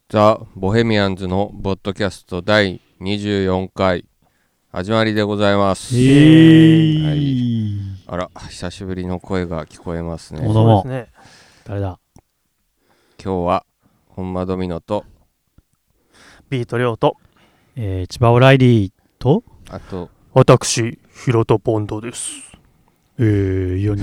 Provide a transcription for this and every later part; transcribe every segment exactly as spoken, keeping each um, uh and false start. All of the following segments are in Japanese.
ザ・ボヘミアンズのポッドキャストだいにじゅうよんかい始まりでございます。 イエーイ、はい、 あら、久しぶりの声が聞こえますね。 どうも、ね、誰だ。 今日は本間ドミノとビートリョウと、 えー、千葉オライリーとあと私ヒロトポンドです。 えー、よにん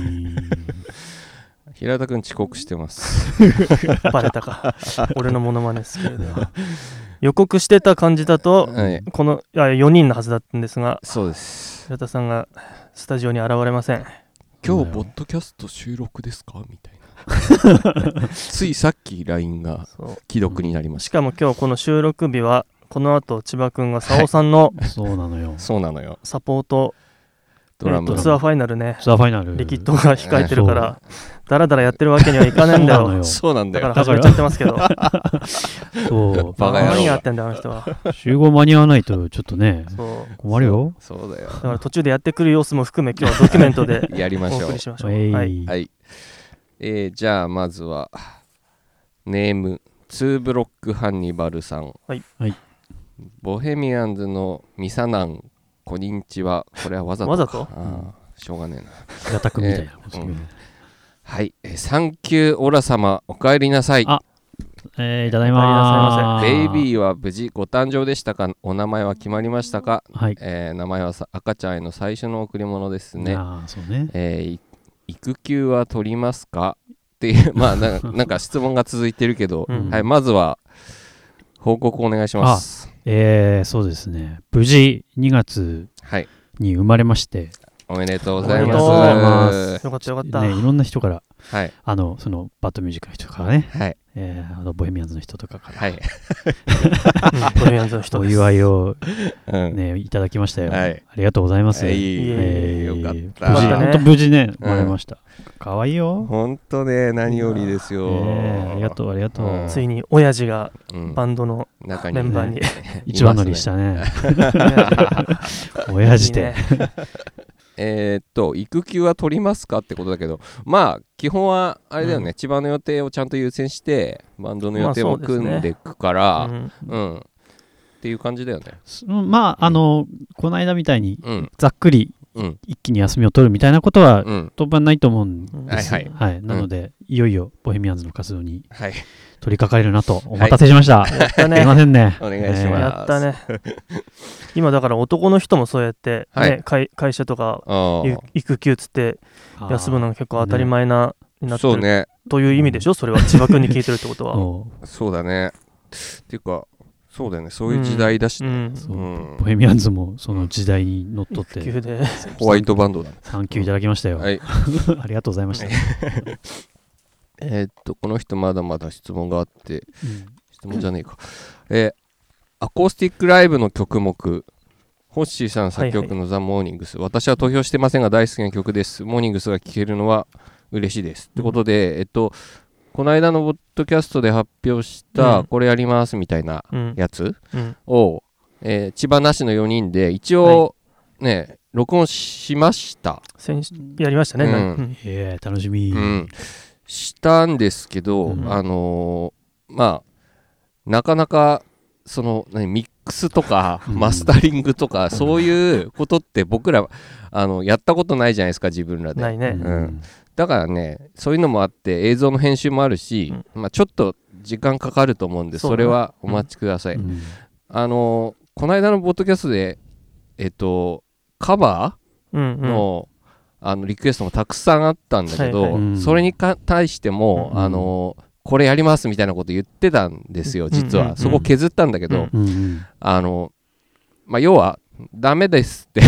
平田くん遅刻してますバレたか俺のモノマネですけれど予告してた感じだと、はい、このいやよにんのはずだったんですが、 そうです。 平田さんがスタジオに現れません。 今日ポッドキャスト収録ですかみたいなついさっき ライン が既読になりました。 しかも今日この収録日はこの後千葉くんが佐尾さんの、 はい、そうなのよそうなのよサポートドラム、 えー、ツアーファイナルね、 ツアーファイナルリキッドが控えてるから、だらだらやってるわけにはいかねえんだよ。 そうなんだよ。 だから始めちゃってますけどそうバカ野郎何やってんだあの人は。 集合間に合わないとちょっとね、 そう困るよ。 そう、そうだよ。 だから途中でやってくる様子も含め今日はドキュメントでやりましょう。 お送りしましょう。 えー、 はい、 はい、えー、じゃあまずはネームツーブロックハンニバルさん、 はいはい、 ボヘミアンズのミサナンこんにちは。これはわざとわざと、 あしょうがねえな。 平田君みたいなこと、えーうん、 はい、えー、サンキューオラ様お帰りなさい。 あ、えー、ただいまー。ベイビーは無事ご誕生でしたか？お名前は決まりましたか？ はい、 えー、名前は赤ちゃんへの最初の贈り物ですね。 あ、そうね。 えー、育休は取りますか？っていうまあな、なんか質問が続いてるけど、うん、はい、まずは報告お願いします。 あ、えー、そうですね、無事にがつに生まれまして、はい、 おめでとうございます。 よかったよかった、 ね、いろんな人から、 はい、 あのそのバッドミュージックの人からね、 はい、 えー、あのボヘミアンズの人とかから、 はい、 ボヘミアンズの人お祝いを、ね、うん、いただきましたよ、 はい、 ありがとうございます。 はい、 えー、よかった。 無事、本当無事ね生まれました。かわいいよ。 本当ね、何よりですよ、 えー、ありがとうありがとう、うん、 ついに親父がバンドのメンバーに、 ね、一番乗りしたね親父でえーっと育休は取りますかってことだけど、まあ基本はあれだよね、うん、千葉の予定をちゃんと優先してバンドの予定も組んでいくから、まあね、うん、うん、っていう感じだよね。 まああのこの間みたいにざっくり、うん、一気に休みを取るみたいなことは当分ないと思うんです、うん、はいはいはい、なので、うん、いよいよボヘミアンズの活動に取り掛かれるなと。お待たせしました、はい、 やったね、 すいませんね、 お願いします、えー、 やったね今だから男の人もそうやって、ね、はい、会, 会社とか育休つって休むのが結構当たり前な、ね、になってる、ね、という意味でしょ、それは千葉君に聞いてるってことはそうだねっていうかそうだよね、そういう時代だし、ね、うんそううん、ボヘミアンズもその時代にのっとって、うん、 ホワイトバンドだ、ね、 サンキューいただきましたよ、 はい、 ありがとうございましたえっとこの人まだまだ質問があって、うん、質問じゃねえか、えー、アコースティックライブの曲目、ホッシーさん作曲のザ・モーニングス、はいはい、私は投票してませんが大好きな曲です。モーニングスが聴けるのは嬉しいです、うん、ってことで、えっとこの間のポッドキャストで発表した、うん、これやりますみたいなやつを、うんえー、千葉なしのよにんで一応ね、はい、録音しました。 やりましたね、うんうん、えー、楽しみ、 うん、したんですけど、うん、あのー、まあなかなかその何ミックスとかマスタリングとか、うん、そういうことって僕らあのやったことないじゃないですか、自分らで。 ないね、 うんだからね、そういうのもあって映像の編集もあるし、うんまあ、ちょっと時間かかると思うんで そ, それはお待ちください、うん、あのこの間のポッドキャストでえっとカバー の,、うんうん、あのリクエストもたくさんあったんだけど、はいはい、それにか対しても、うん、あのこれやりますみたいなこと言ってたんですよ実は、うんうんうん、そこ削ったんだけど、うんうん、あのまあ要はダメですって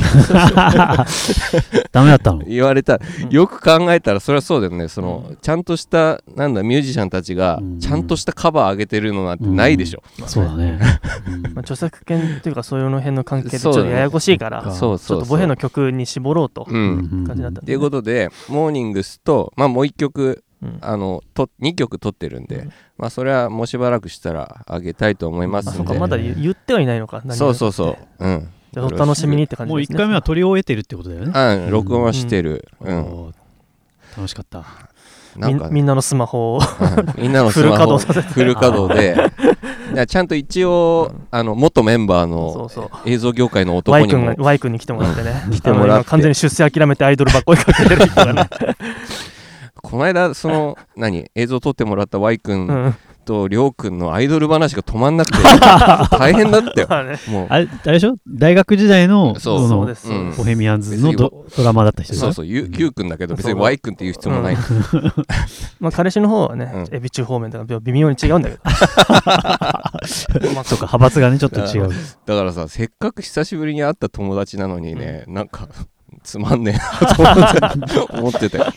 ダメだったの言われた。よく考えたらそれはそうだよね。その、うん、ちゃんとしたなんだミュージシャンたちがちゃんとしたカバー上げてるのなんてないでしょ、 うんうん、そうだね、 まあ、著作権というかそういうの辺の関係でちょっとややこしいから、そうそうそうちょっとボヘの曲に絞ろうと感じだった、ね、 ということでモーニングスと、まあ、もういっきょくうん、あのとにきょく撮ってるんで、うんまあ、それはもうしばらくしたらあげたいと思いますんで。あ、そうか、 まだ言ってはいないのか。 そうそうそう、うん、 じゃあお楽しみにって感じですね。 もういっかいめは撮り終えてるってことだよね。 うん、録音はしてる、うんうん、 楽しかった。 なんか、ね、み, みんなのスマホをみんなのスマホをフル稼働でちゃんと一応、うん、あの元メンバーの映像業界の男にも Y 君に来てもらってね来てもらって完全に出世諦めてアイドルばっかりかけてる人がねこの間その何映像撮ってもらった Y 君、うんとりょうくんのアイドル話が止まんなくて大変だったよね、 もうあれ、あれでしょ大学時代のそうそうです、うん、ボヘミアンズの ド, ドラマだった人でしょ。 そうそう、ゆうくんだけど別に Y くんっていう必要もない、うん、 まあ彼氏の方はね、うん、エビ中方面とか微妙に違うんだけどそうか派閥がねちょっと違うだからさ、せっかく久しぶりに会った友達なのにね、うん、なんかつまんねえなと思ってたよ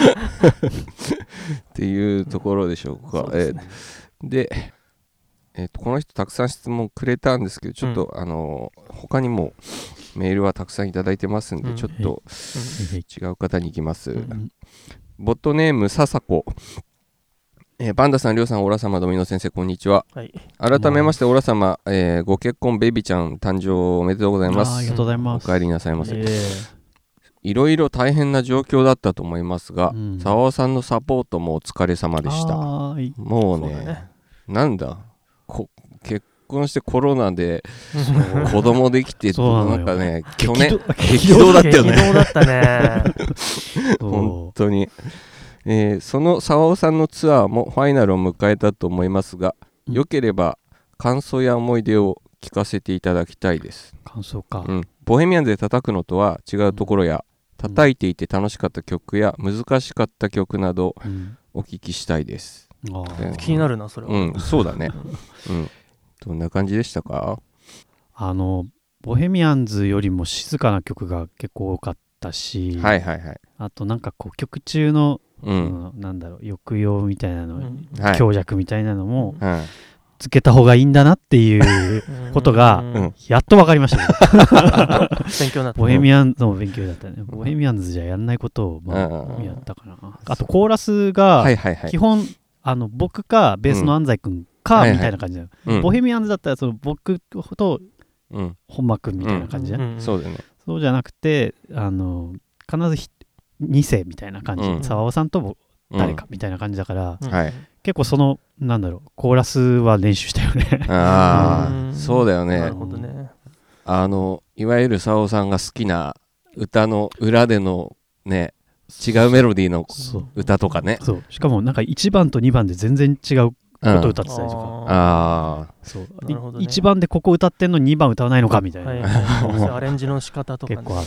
っていうところでしょうか。そうですね。えー、で、えー、とこの人たくさん質問くれたんですけど、ちょっと、うん、あの他にもメールはたくさんいただいてますんで、うん、ちょっと、うん、違う方に行きます、うん、ボットネームささこ、えー、パンダさん、りょうさん、オラ様、ドミノ先生、こんにちは、はい、改めましてオラ様、えー、ご結婚ベイビーちゃん誕生おめでとうございます。 ありがとうございます。 お帰りなさいませ。えーいろいろ大変な状況だったと思いますが、澤、うん、尾さんのサポートもお疲れ様でした。もう ね, うねなんだこ結婚してコロナで子供できてなんかね去年激動だったよね。 激動だったね本当に、えー、その澤尾さんのツアーもファイナルを迎えたと思いますが、うん、よければ感想や思い出を聞かせていただきたいです。 感想か、 うん、ボヘミアンズで叩くのとは違うところや、叩いていて楽しかった曲や難しかった曲などお聞きしたいです、 うん、あ気になるなそれは。 うんそうだね、うん、どんな感じでしたか？ あのボヘミアンズよりも静かな曲が結構多かったし、 はいはいはい、 あとなんかこう曲中の、うん、なんだろう抑揚みたいなの、うん、強弱みたいなのも、うん、つけた方がいいんだなっていうことがやっと分かりました、ね、 勉強になった。 ボヘミアンズの勉強だったね。ボヘミアンズじゃやんないことを、まあ、やったかな。あとコーラスが基本あの僕かベースの安西君かみたいな感じだよ、うん、ボヘミアンズだったらその僕と本間君みたいな感じじゃん、うんうん、 そうだね。 そうじゃなくてあの必ずに世みたいな感じ、うん、沢尾さんと誰かみたいな感じだから、 うんはい、 結構そのなんだろうコーラスは練習したよねああそうだよね。 なるほどね。 あのいわゆる沢尾さんが好きな歌の裏でのね違うメロディーの歌とかね。 そうそうしかもなんかいちばんとにばんで全然違うこと歌ってたりとか、うん、 ああそうなるほど、ね、いちばんでここ歌ってんのににばん歌わないのかみたいな、はいはい、アレンジの仕方とか、ね、 結構あった。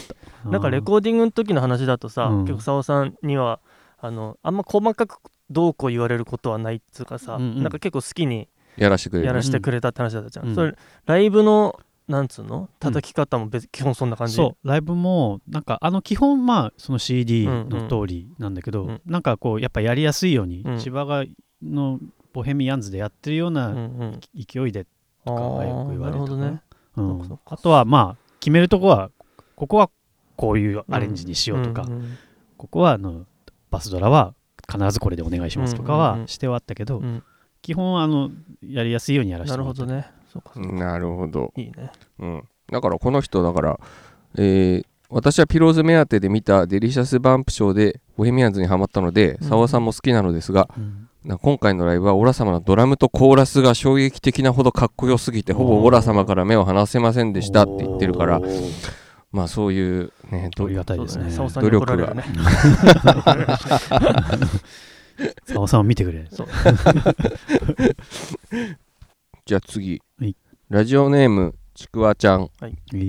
なんかレコーディングの時の話だとさ、うん、結構沢尾さんにはあのあんま細かくどうこう言われることはないっつうかさ、うんうん、なんか結構好きにやらしてくれる、 やらしてくれたって話だったじゃん、うん、それライブのなんつうの叩き方も別、うん、基本そんな感じ。 そうライブもなんかあの基本まあその シーディー の通りなんだけど、うんうん、なんかこうやっぱやりやすいように、うん、千葉がのボヘミアンズでやってるような勢いでとかがよく言われるとか、ねうん、あとはまあ決めるとこはここはこういうアレンジにしようとか、うんうんうん、ここはあのバスドラは必ずこれでお願いしますとかはしてはあったけど、うんうんうん、基本あのやりやすいようにやらせてもらった。 なるほどね。そうかそうか。 なるほど。 いいね。 うん。だからこの人だから、えー、私はピローズ目当てで見たデリシャスバンプショーでボヘミアンズにハマったので、澤、うん、さんも好きなのですが、うん、今回のライブはオラ様のドラムとコーラスが衝撃的なほどかっこよすぎて、ほぼオラ様から目を離せませさんでしたって言ってるから、まあそういうね、 ありがたいですね。 努力が。 澤尾さんを見てくれ。そうじゃあ次、はい、ラジオネームちくわちゃん、はい、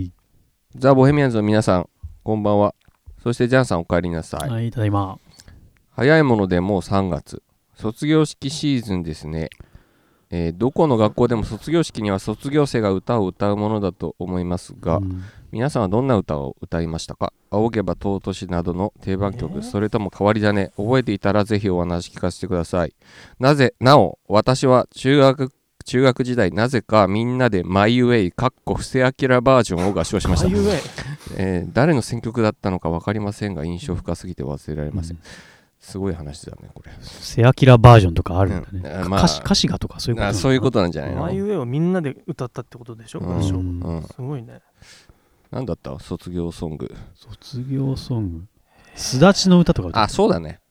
ザ・ボヘミアンズの皆さんこんばんは。そしてジャンさんお帰りなさい。 はい、ただいま。 早いものでもうさんがつ、卒業式シーズンですね。えー、どこの学校でも卒業式には卒業生が歌を歌うものだと思いますが、うん、皆さんはどんな歌を歌いましたか？仰げば尊しなどの定番曲、えー、それとも変わり種、覚えていたらぜひお話聞かせてください。なぜなお私は中学中学時代なぜかみんなでマイウェイかっこ布施明バージョンを合唱しました、えー、誰の選曲だったのか分かりませんが印象深すぎて忘れられません、うん、すごい話だねこれ。 布施明バージョンとかあるんだね、うんまあ、歌詞歌詞がとかそういうことなそういうことなんじゃないの。 マイウェイをみんなで歌ったってことでしょ、うんうん、すごいね。 なんだった卒業ソング。 卒業ソングすだちの歌とか歌った。 あそうだね。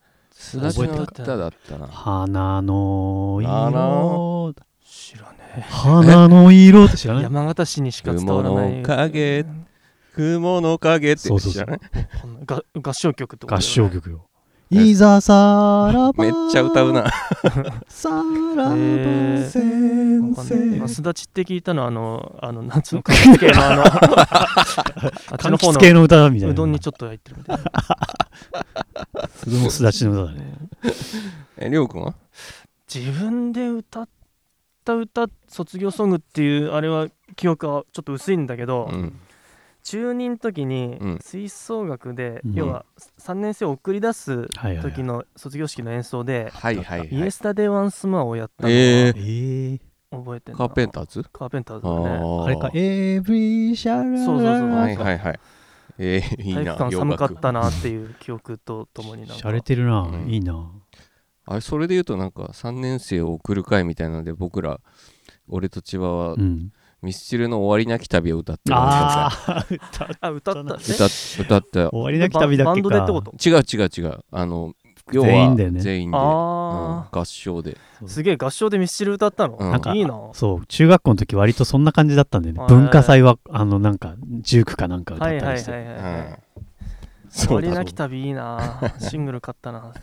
すだちの歌だったな。 花の色知らねえ。 花の色って知らない？ 山形市にしか伝わらない。 雲の影、雲の影って知らない？ 合唱曲ってことだよね。 合唱曲よ。いざさらばめっちゃ歌うなさらば先生。 すだちって聞いたのはあのあのなんつうの柑橘系のあのあっちの方の系の歌だみたいな。 うどんにちょっと入ってるみたいな。 それもすだちの歌だね。 え、りょうくんは？ 自分で歌った歌、卒業ソングっていうあれは記憶はちょっと薄いんだけど、うん、中にの時に吹奏楽で、うん、要はさんねん生を送り出す時の卒業式の演奏で、 はいはいはい、 イエスタデイワンスモアをやったのは、 えー、覚えてる。 カーペンターズ？ カーペンターズだね。 あれか、エブリシャララ。 そうそうそう。 はいはいはい。えー、いいな。 体育館寒かったなっていう記憶とともになんか。 しゃれてるな、うん、いいな。 あれ、それで言うとなんかさんねん生を送る会みたいなので、僕ら俺と千葉は、うん、ミスチルの終わりなき旅を歌ってるんですよ。あ、歌ったね。 歌歌った。 終わりなき旅だっけか。 バンドでってこと？ 違う違う違う。あの要は全員でね。 全員で、うん、合唱で。 すげえ合唱でミスチル歌ったの？ なんかいいな。 そう中学校の時割とそんな感じだったんだよね。文化祭はあのなんかジュークかなんか歌ったりして。 はいはいはいはい。終わりなき旅いいな。シングル買ったな。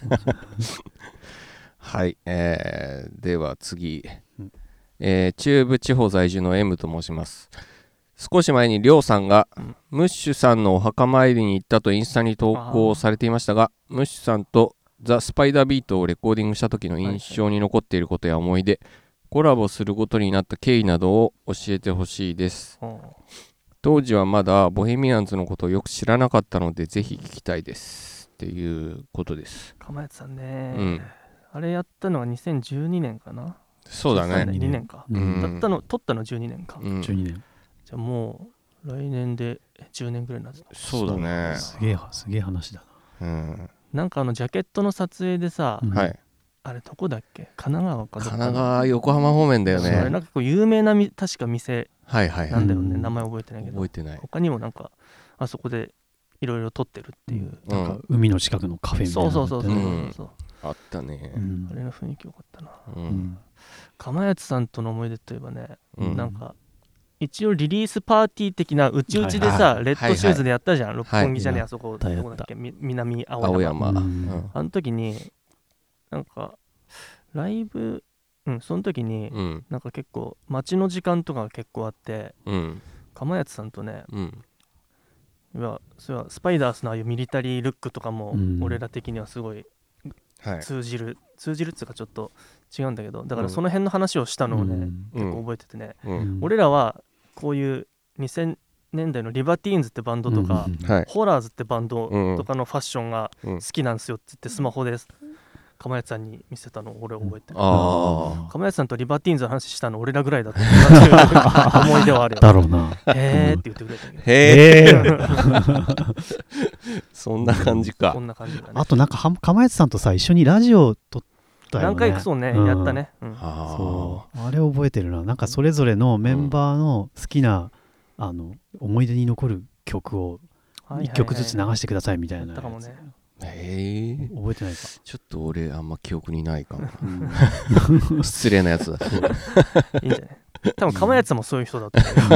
はい、えー、では次、えー、中部地方在住の M と申します。少し前にりょうさんが、うん、ムッシュさんのお墓参りに行ったとインスタに投稿されていましたが、ムッシュさんとザ・スパイダービートをレコーディングした時の印象に残っていることや思い出、はいはい、コラボすることになった経緯などを教えてほしいです。うん、当時はまだボヘミアンズのことをよく知らなかったのでぜひ聞きたいですっていうことです。 かまやつさんね、うん、あれやったのはにせんじゅうにねんかな。 そうだね。 にねんか、うん、だったの撮ったのじゅうにねんか、 うん、じゅうにねん。 じゃあもう来年でじゅうねんぐらいになってた。 そうだね。 すげえすげえ話だな、うん、 なんかあのジャケットの撮影でさ、 うん、はい、 あれどこだっけ、神奈川かどっか。 神奈川横浜方面だよね。 あれなんかこう有名なみ確か店はいはいなんだよね、はいはい、名前覚えてないけど。 覚えてない。 他にもなんかあそこでいろいろ撮ってるっていう、 うん、なんか海の近くのカフェみたいな、 そうそうそうそうそう、うん、 あったね、 うん、あれの雰囲気良かったな。うん、釜谷さんとの思い出といえばね、うん、なんか一応リリースパーティー的なうちうちでさ、はい、レッドシューズでやったじゃん、はいはい、六本木じゃねえ、あそこどこだっけ、南青山、 青山、うん、 あの時になんかライブ、うん、その時に、うん、なんか結構待ちの時間とかが結構あって、うん、釜谷さんとね、うん、いやそれはスパイダースのああいうミリタリールックとかも、うん、俺ら的にはすごい通じる、はい、通じるっつうかちょっと違うんだけど、だからその辺の話をしたのをね、うん、結構覚えててね、うん、俺らはこういうにせんねんだいのリバティーンズってバンドとか、うんはい、ホラーズってバンドとかのファッションが好きなんですよって言ってスマホで釜谷さんに見せたのを俺覚えてる。釜谷さんとリバティーンズの話したの俺らぐらいだった思い出はあるよ。 だろうな。 へーって言ってくれたけど。 へーそんな感じか。 そんな感じだね。 あとなんか釜谷さんとさ一緒にラジオ撮ったよね。 何回かそうね、うん、やったね、うん、 あそうあれ覚えてるな。なんかそれぞれのメンバーの好きな、うん、あの思い出に残る曲をいっきょくずつ流してくださいみたいなやつ。 はいはいはい、やったかもね。 へえ、 覚えてないか。 ちょっと俺あんま記憶にないかも、うん、失礼なやつだ。 いいんじゃない。多分釜谷さんもそういう人だった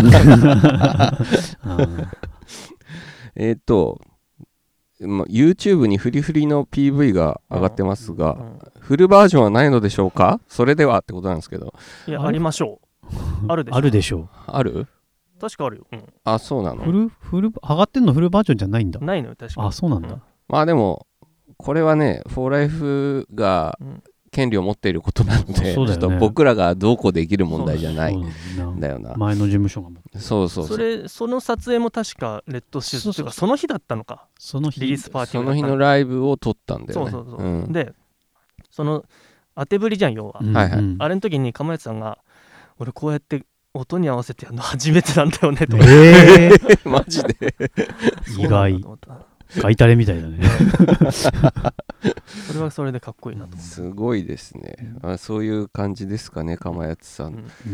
えっと、ま、YouTube にフリフリの ピーブイ が上がってますが、うんうん、フルバージョンはないのでしょうか。それではってことなんですけど。 いや、ありましょう。あるでしょう。 あるでしょう。 ある？ 確かあるよ、うん、 あ、そうなの。 フルフル上がってんのフルバージョンじゃないんだ。 ないのよ確かに。 あ、そうなんだ、うん、 まあでもこれはねフォーライフが権利を持っていることなので、うん、ちょっと僕らがどうこうできる問題じゃないんだよな。 前の事務所が持ってる。 そうそうそう。 それその撮影も確かレッドシューズというかその日だったのか。 その日リリースパーティーその日のライブを撮ったんだよね。 そうそうそう、うん、でその当てぶりじゃん要は、 うんうん、 あれの時に釜谷さんが俺こうやって音に合わせてやるの初めてなんだよねとか、 えー、マジで意外ガイタレみたいだねそれはそれでかっこいいなと思う。 すごいですね、うん、あそういう感じですかね釜谷さん、うん、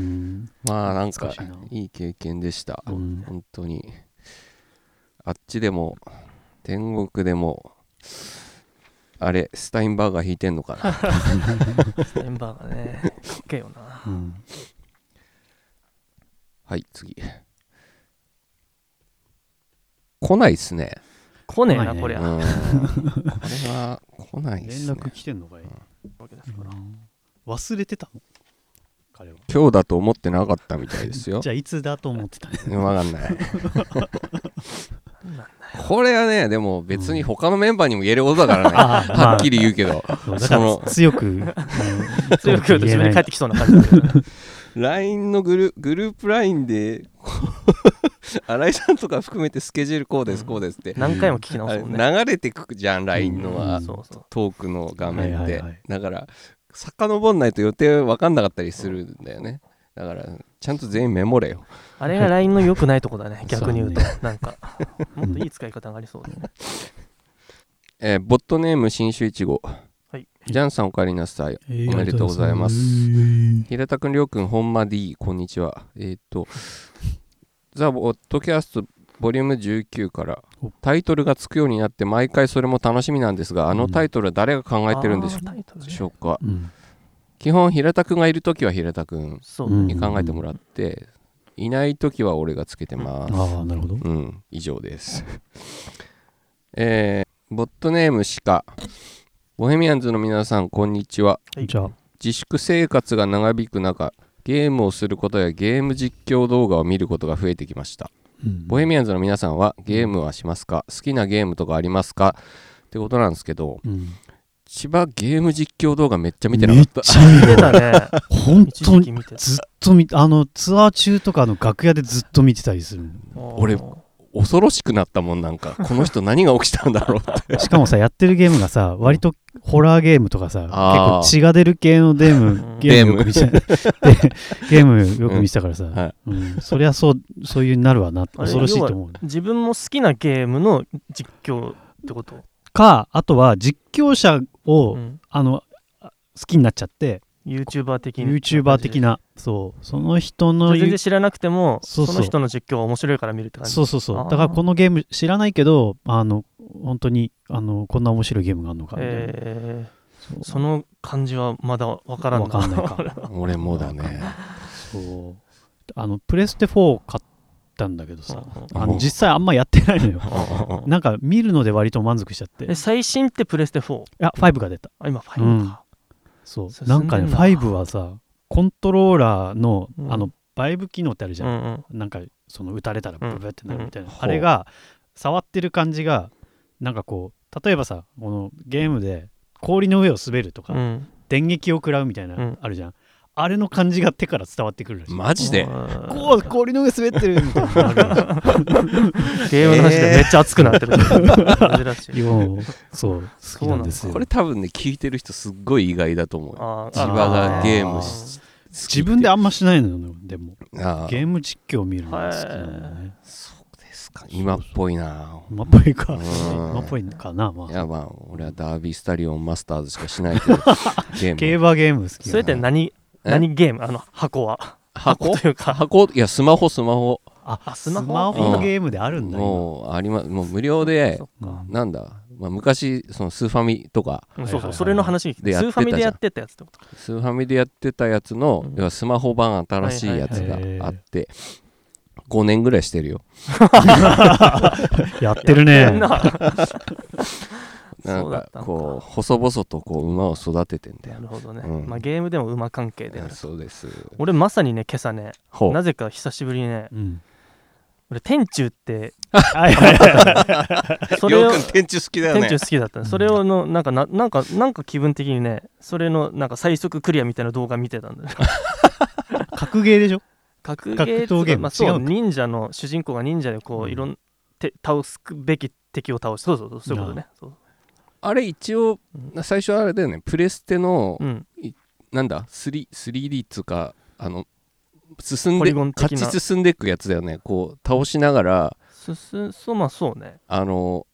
まあなんかいい経験でした、うん、本当にあっちでも天国でもあれスタインバーガー弾いてんのかなスタインバーガーねかっけえよな、うん、 はい次来ないっすね来ねえなこりゃ、 うん、これは来ないっすね連絡来てんのかい、うん、わけですから、うん、忘れてたの彼は今日だと思ってなかったみたいですよじゃあいつだと思ってたね分かんないこれはねでも別に他のメンバーにも言えることだからね、うん、はっきり言うけど、 まあ、その強く、うん、 強く言うと自分に返ってきそうな感じだけど、ね、 ライン のグルグループ ライン で新井さんとか含めてスケジュールこうですこうですって、 うん、何回も聞き直すもんね流れてくじゃん ライン のは、うん、トークの画面で、はいはいはい、だから遡んないと予定分かんなかったりするんだよね。だからちゃんと全員メモれよ。 あれが ライン の良くないとこだね逆に言うとう、ね、なんかもっといい使い方がありそうだねえー、ボットネーム新種いち号、はい、ジャンさんお帰りなさい、えー、おめでとうございます。平田くんりょうくん本間 D こんにちは。えっ、ー、とザ・ボットキャストボリュームじゅうきゅうからタイトルがつくようになって毎回それも楽しみなんですが、あのタイトルは誰が考えてるんでしょうか、うん、基本平田くんがいるときは平田くんに考えてもらって、いないときは俺がつけてます。 ああ、なるほど。 うん、以上です。えー、ボットネームシカ。ボヘミアンズの皆さん、こんにちは。 はい、じゃあ自粛生活が長引く中、ゲームをすることやゲーム実況動画を見ることが増えてきました。うん、ボヘミアンズの皆さんはゲームはしますか？好きなゲームとかありますか？ってことなんですけど、うん、千葉ゲーム実況動画めっちゃ見てなかった。 めっちゃ見てたね。本当にずっと見あのツアー中とかの楽屋でずっと見てたりする。 俺恐ろしくなったもん、なんかこの人何が起きたんだろうってしかもさやってるゲームがさ割とホラーゲームとかさ結構血が出る系のゲームゲームよく見てゲームよく見てたからさ、うんはいうん、そりゃそうそういうなるわな恐ろしいと思う。 自分も好きなゲームの実況ってことか、あとは実況者を、うん、あの好きになっちゃって YouTuber 的な YouTuber 的なそうその人の全然知らなくてもそうそうその人の実況が面白いから見るって感じ。 そうそうそうだからこのゲーム知らないけどあの本当にあのこんな面白いゲームがあるのかみたいな、えー、そ, その感じはまだ分からんな。 分かんないか俺もだね。 そうあのプレステフォー買ったんだけどさあの実際あんまやってないのよなんか見るので割と満足しちゃって。 え最新ってプレステフォー？いやファイブが出た。 あ今ファイブか、うんそうなんかねファイブはさコントローラーの、うん、あのバイブ機能ってあるじゃん、うんうん、なんかその打たれたらブブってなるみたいな、うんうん、あれが触ってる感じがなんかこう例えばさこのゲームで氷の上を滑るとか、うん、電撃を食らうみたいな、うん、あるじゃん。あれの感じが手から伝わってくるらしい。 マジでこう氷の上滑ってるみたいなゲームの話でめっちゃ熱くなってる、えー、珍しいよそう好きなんですよ。 これ多分ね聞いてる人すっごい意外だと思う。千葉がゲームし自分であんましないのよ。でもゲーム実況を見るのが好きなのね。 そうですか。今っぽいな。 今っぽいか今っぽいかな。まあ、 いやまあ俺はダービースタリオンマスターズしかしないけどゲーム競馬ゲーム好き。 それって何何ゲームあの箱は箱というか箱いやスマホスマホあスマホ、スマホゲームであるんだ、うん、 もうありまもう無料でなんだ、まあ、昔そのスーファミとか、 うん、そうそうそれの話にスーファミでやってたやつってことスーファミでやってたやつの、うん、スマホ版新しいやつがあって、ごねんぐらいしてるよやってるねなんかこう細々とこう馬を育ててんだよ。 なるほどね、うんまあ、ゲームでも馬関係である。 そうです。 俺まさにね今朝ねなぜか久しぶりにね、うん、俺天中ってそれを天中好きだよね。 天中好きだった、ね、それをのなんかななんかなんか気分的にねそれのなんか最速クリアみたいな動画見てたんだよ格ゲーでしょ。 格ゲーとか、まあ、そう忍者の主人公が忍者でこう、うん、いろんて倒すべき敵を倒すそうそうそうそういうことね。そうあれ一応最初あれだよねプレステの、うん、なんだ スリーディー っつうかあの進んで勝ち進んでいくやつだよね。こう倒しながら進そうまあそうねあの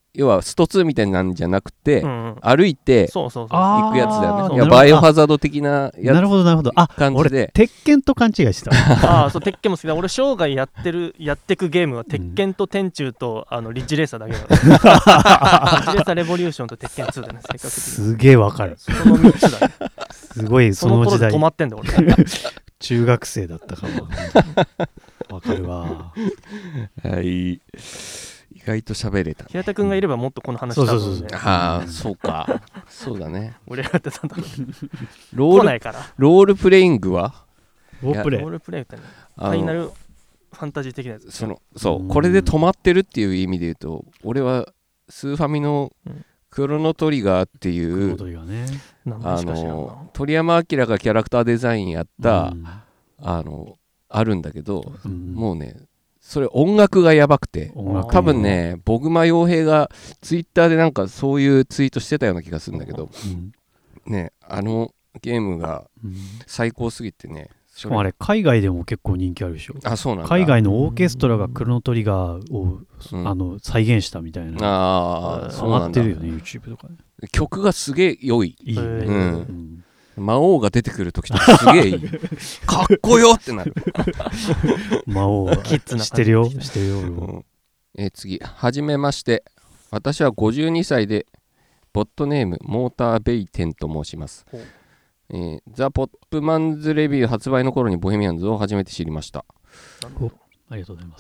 要はストツーみたいなんじゃなくて、うんうん、歩いて行くやつだよね。いやバイオハザード的なやつ。 なるほどなるほど。あ、感じで俺鉄拳と勘違いしたああそう鉄拳も好きだ。俺生涯やってるやってくゲームは鉄拳と天柱と、うん、あのリッジレーサーだけだリッジレーサーレボリューションと鉄拳ツーだね。正確すげえわかる。 そのみっつだね。 すごいその時代止まってんだ俺中学生だったかもわかるわ。 はい意外と喋れた、ね、 平田くんがいればもっとこの話したもんね。 そうそうそうそう。ああそうかそうだね。 俺やってたんだロール来ないからロールプレイングはロールプレイロールプレイってねファイナルファンタジー的なやつ。 そのそうこれで止まってるっていう意味で言うと俺はスーファミのクロノトリガーっていう、うん、 クロノトリガーね、 あの鳥山明がキャラクターデザインやった、うん、あのあるんだけど、うん、もうねそれ音楽がやばくて多分ねボグマ洋平がツイッターでなんかそういうツイートしてたような気がするんだけど、うん、ねあのゲームが最高すぎてね。 しかもあれ海外でも結構人気あるでしょ。 あそうなんだ。 海外のオーケストラがクロノトリガーを、うん、あの再現したみたいな。 ああそうなんだ。 上がってるよね YouTube とかね。 曲がすげえ良い。 いいね、うんうん魔王が出てくるときとかすげえいいかっこよってなる魔王キッズなしてるよしてるよ、うんえー、次はじめまして私はごじゅうにさいでボットネームモーターベイテンと申します、えー、ザ・ポップマンズレビュー発売の頃にボヘミアンズを初めて知りました。 ありがとうございます。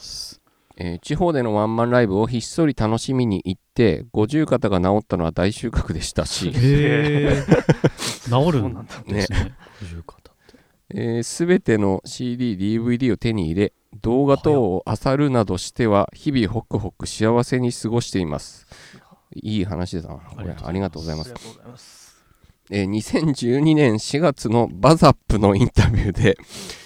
えー、地方でのワンマンライブをひっそり楽しみに行って五十肩が治ったのは大収穫でしたしへ治るんですね五十肩ってすべ、えー、ての シーディー、ディーブイディー を手に入れ動画等を漁るなどしては日々ホクホク幸せに過ごしています。いい話だなこれ。ありがとうございます。えー、にせんじゅうにねんしがつのバザップのインタビューで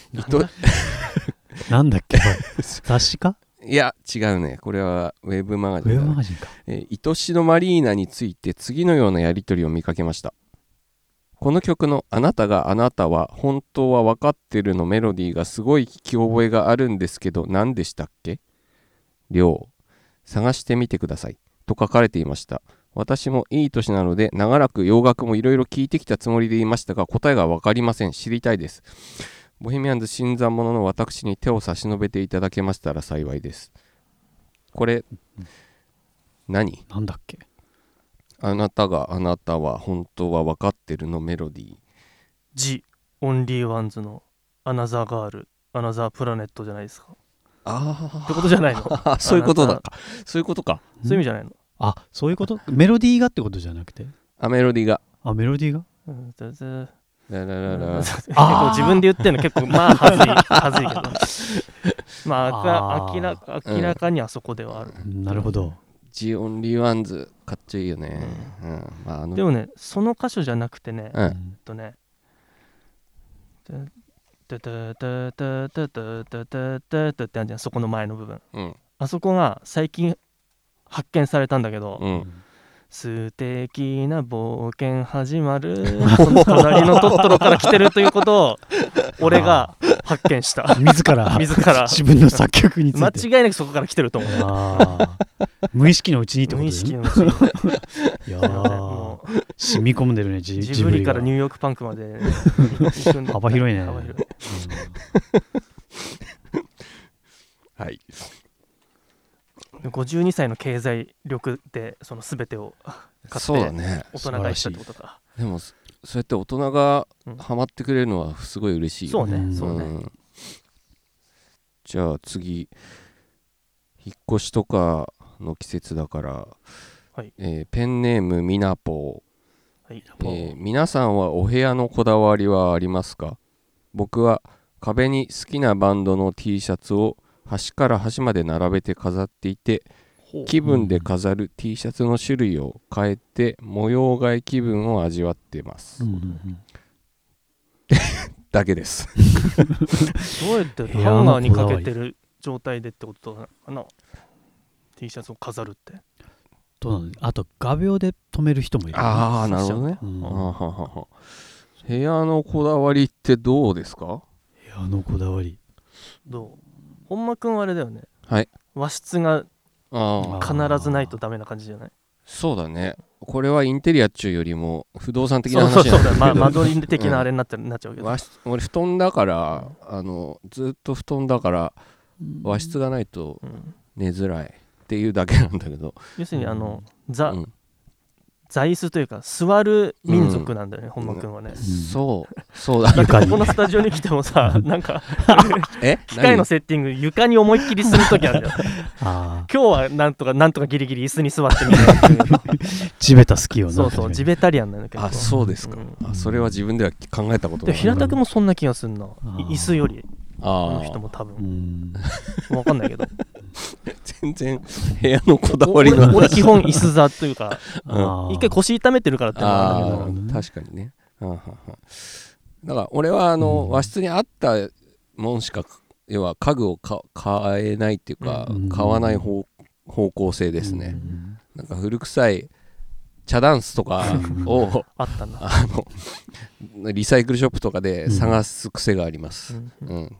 なんだっけ雑誌かいや違うねこれはウェブマガジン、 ウェブマガジンか、 えー、愛しのマリーナについて次のようなやり取りを見かけました。この曲のあなたがあなたは本当は分かってるのメロディーがすごい聞き覚えがあるんですけど何でしたっけ？りょう探してみてくださいと書かれていました。私もいい年なので長らく洋楽もいろいろ聞いてきたつもりでいましたが答えが分かりません。知りたいです。ボヘミアンズ新参者の私に手を差し伸べていただけましたら幸いです。これ何？ なんだっけ？ あなたがあなたは本当は分かってるのメロディー。 ジ・オンリーワンズのアナザーガール、アナザープラネットじゃないですか。 ああ。 ってことじゃないの？ そういうことだか。そういうことか。 そういう意味じゃないの？ あ、そういうこと？メロディーがってことじゃなくて？ あ、メロディーが。 あ、メロディーが？ うん、だだララララ結構自分で言ってんの結構まあはずいはずいけどまあ明らか明らかにあそこではある、 うん、なるほど。 ジオンリーワンズかっちょいいよね、うんうんまあ、あのでもねその箇所じゃなくてね、うん、えっとねタタタタタタタタタタってあるじゃんそこの前の部分、うん、あそこが最近発見されたんだけど、うん素敵な冒険始まるその隣のトットロから来てるということを俺が発見した自ら自ら自分の作曲について間違いなくそこから来てると思う。 あ無意識のうちにってこと無意識のうちにいやもう染み込んでるね。ジジブリからニューヨークパンクまで幅広いね。 幅広い、 うん、はいごじゅうにさいの経済力でその全てを買って大人買いしたってことか。 でもそうやって大人がハマってくれるのはすごい嬉しいよね。 そうね、そうね、うん、 じゃあ次引っ越しとかの季節だから、はいえー、ペンネームみなぽー、はいえー、皆さんはお部屋のこだわりはありますか？僕は壁に好きなバンドの T シャツを端から端まで並べて飾っていて気分で飾る T シャツの種類を変えて模様替え気分を味わってます、うんうん、だけですどうやってハンガーにかけてる状態でってことかな T シャツを飾るってどうなの？あと画鋲で留める人もいる。 ああなるほどね、うん、ははは部屋のこだわりってどうですか？部屋のこだわりどう？本間くんはあれだよね、 はい、 和室があ必ずないとダメな感じじゃない？ そうだね。これはインテリアっちゅうよりも不動産的な話なんだけど、 そうそうそう、ま、間取り的なあれになって、うん、なっちゃうけど、 俺布団だから、あのずっと布団だから和室がないと寝づらいっていうだけなんだけど、 要するにあの、うん、ザ、うん座椅子というか座る民族なんだよね、本間くんはね、 うん、そうそうだね。ここのスタジオに来てもさ、なんかえ機械のセッティング床に思いっきりするときあるんだよ。あ今日はなんとかなんとかギリギリ椅子に座ってみる。 地べた好きよな。 そうそう、地べたリアンなんだけど。 あ、そうですか。うん、あ、それは自分では考えたことない。 平田くんもそんな気がするな。椅子より。あの人も多分。わかんないけど。 全然部屋のこだわりの俺, 俺基本椅子座というか、うん、一回腰痛めてるからってのがあるんだけど、 確かにね。はははだから俺はあの、うん、和室にあったもんしか要は家具をか買えないっていうか、うん、買わない方方向性ですね、うん、なんか古臭い茶ダンスとかをあったな、 あのリサイクルショップとかで探す癖があります、うんうんうん、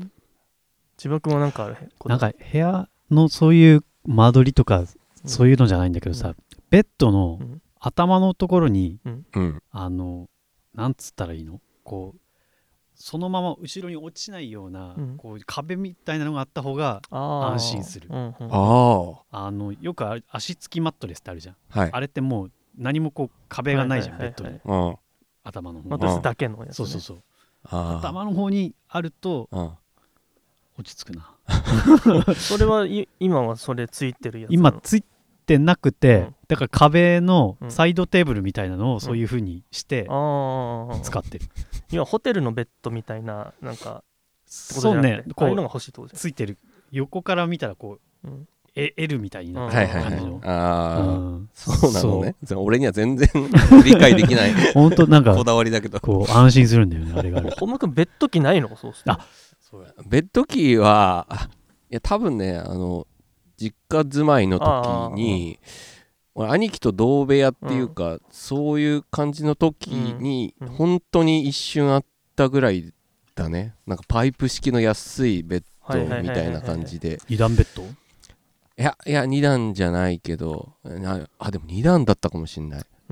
千葉君はなんかある？ なんか部屋のそういう間取りとかそういうのじゃないんだけどさ、うん、ベッドの頭のところに、うん、あのなんつったらいいの、こうそのまま後ろに落ちないような、うん、こう壁みたいなのがあった方が安心する。あ、あのよく足つきマットレスってあるじゃん、はい、あれってもう何もこう壁がないじゃん、ベッドに、はい、頭の方マットレスだけのやつ、ね、 そうそうそう、頭の方にあると落ち着くな。 それは今はそれついてるやつ？ 今ついてなくて、うん、だから壁のサイドテーブルみたいなのをそういう風にして使ってる、 うん、今ホテルのベッドみたいななんかそうね、 こういうのが欲しいってことじゃん。 ついてる、横から見たらこう、うん、L みたいになってる感じの、 ああ、うん、そうなのね。俺には全然理解できない本当なんかこだわりだけど、 こう安心するんだよね、あれがある。 本間くんベッド機ないの？そうする。あ、 そうや、ベッド機はいや多分ね、あの実家住まいの時に俺兄貴と同部屋っていうか、うん、そういう感じの時に、うん、本当に一瞬あったぐらいだね。なんかパイプ式の安いベッドみたいな感じで。 に段ベッド？ いやいやに段じゃないけど、あでもに段だったかもしんない。うん、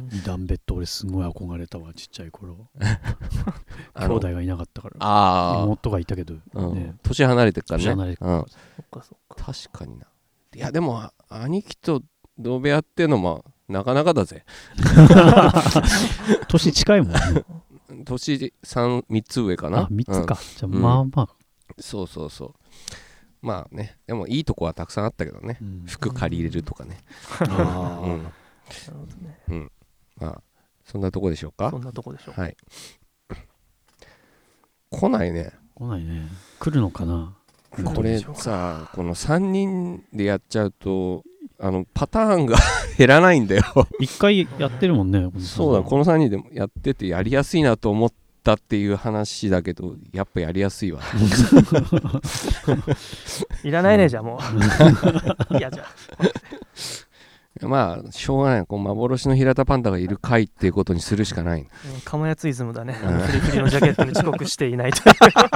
に段ベッド俺すごい憧れたわ、ちっちゃい頃。兄弟がいなかったから。 あ妹がいたけど、ね、 うん、年離れてるからね。 年離れてるから、うん、そっかそっか。確かにな。いやでも兄貴と同部屋っていうのもなかなかだぜ。 年近いもんね。 年 3, 3つ上かな。 あ、みっつか、うん、じゃあまあまあ、 うん、そうそうそう。まあね、でもいいとこはたくさんあったけどね、うん、服借り入れるとかね。あ、うん、なるほどね。うん、まあそんなとこでしょうか。 そんなとこでしょう。 はい。来ないね。 来ないね。来るのかな。 これさ、このさんにんでやっちゃうとあのパターンが減らないんだよ。 一回やってるもんね。 そうだ、このさんにんでもやっててやりやすいなと思ったっていう話だけど、やっぱやりやすいわ。 いらないね、じゃあもう。いやじゃあまあしょうがない、こう幻の平田パンダがいる回っていうことにするしかない。 カモヤツイズムだね。フリフリのジャケットに遅刻していないと。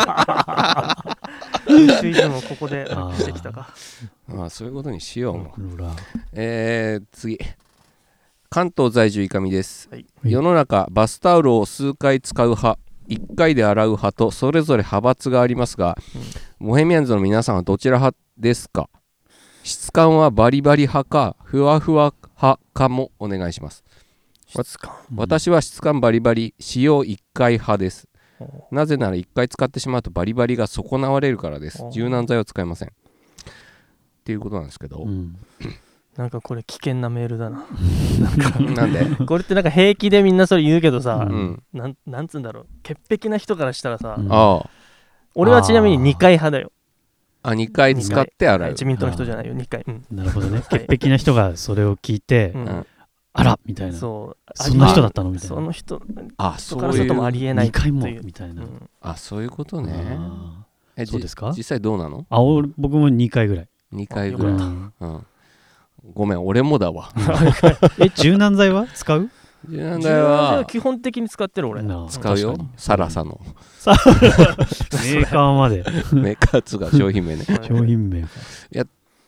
シーズンをここでしてきたか。 まあそういうことにしようもう。えー、次、関東在住いかみです、はい、世の中バスタオルを数回使う派、いっかいで洗う派とそれぞれ派閥がありますが、うん、ボヘミアンズの皆さんはどちら派ですか？質感はバリバリ派かふわふわ派かもお願いします。 質感、 私は質感バリバリ、使用いっかい派です。なぜならいっかい使ってしまうとバリバリが損なわれるからです。柔軟剤は使えませんっていうことなんですけど、うん、 なんかこれ危険なメールだな。 なんかなんでこれってなんか平気でみんなそれ言うけどさ、うん、なん、なんつうんだろう、潔癖な人からしたらさ、うん、あ俺はちなみににかい派だよ。 あ、にかい使って洗う。 自民党の人じゃないよ、にかい、うん、 なるほどね。潔癖な人がそれを聞いて、うん、あらみたいな、そうそんな人だったのみたいな、 その人あそうからするともありえないにかいもみたいな、うん、 あそういうことね。 えそうですか？ 実際どうなの？ あ俺僕もにかいぐらい。 にかいぐらい、うんうん、ごめん俺もだわ。 え柔軟剤は使う？ 柔軟剤は基本的に使ってる俺。 使うよ。サラサのメーカーまでメーカーつが商品名ね。 商品名か。 いや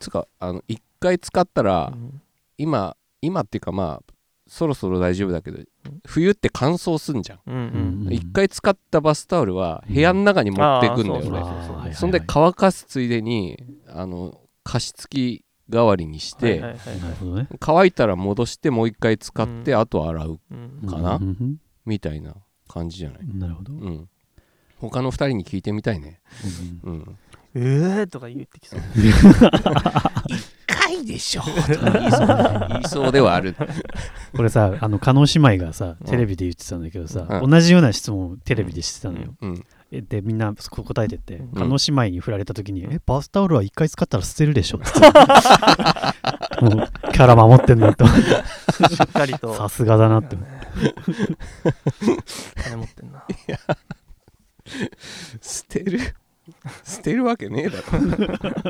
つかあの一回使ったら、うん、今今っていうかまあそろそろ大丈夫だけど、うん、冬って乾燥すんじゃん、うんうんうん、一回使ったバスタオルは部屋の中に持っていくんだよね。そんで乾かすついでにあの加湿器代わりにして、はいはいはい、乾いたら戻してもう一回使って、うん、あと洗うかな、うん、みたいな感じじゃない。 なるほど、うん、 他のふたりに聞いてみたいね、うんうん、 えーとか言ってきそう一回でしょとか言いそう言いそうではあるこれさあの加納姉妹がさテレビで言ってたんだけどさ、うん、同じような質問をテレビでしてたのよ、うんうん、でみんな答えてて、うん、加納姉妹に振られた時に、うん、えバスタオルは一回使ったら捨てるでしょってもうキャラ守ってんなとしっかりとさすがだなって金持ってんな。いや捨てる捨てるわけねえだろ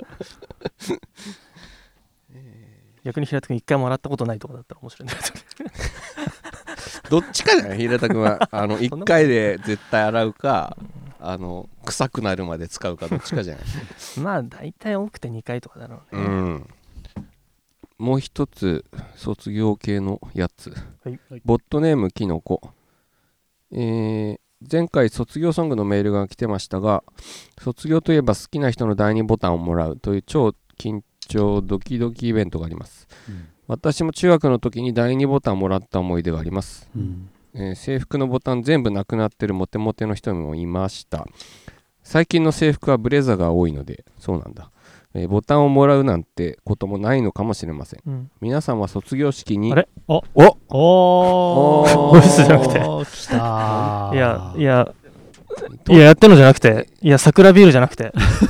逆に平田君一回も洗ったことないとかだったら面白いんだけどどっちかじゃない平田君はあの一回で絶対洗うかあの臭くなるまで使うかどっちかじゃないまあ大体多くてにかいとかだろうね、うん、 もう一つ卒業系のやつ、はい、ボットネームキノコ、えー、前回卒業ソングのメールが来てましたが、卒業といえば好きな人のだいにボタンをもらうという超緊張ドキドキイベントがあります、うん、私も中学の時にだいにボタンをもらった思い出があります、うんえー、制服のボタン全部なくなってるモテモテの人もいました。最近の制服はブレザーが多いのでそうなんだ、えー、ボタンをもらうなんてこともないのかもしれません、うん、皆さんは卒業式にあれおおおボイスじゃなくて来たいやいやいややってんのじゃなくていや桜ビールじゃなくて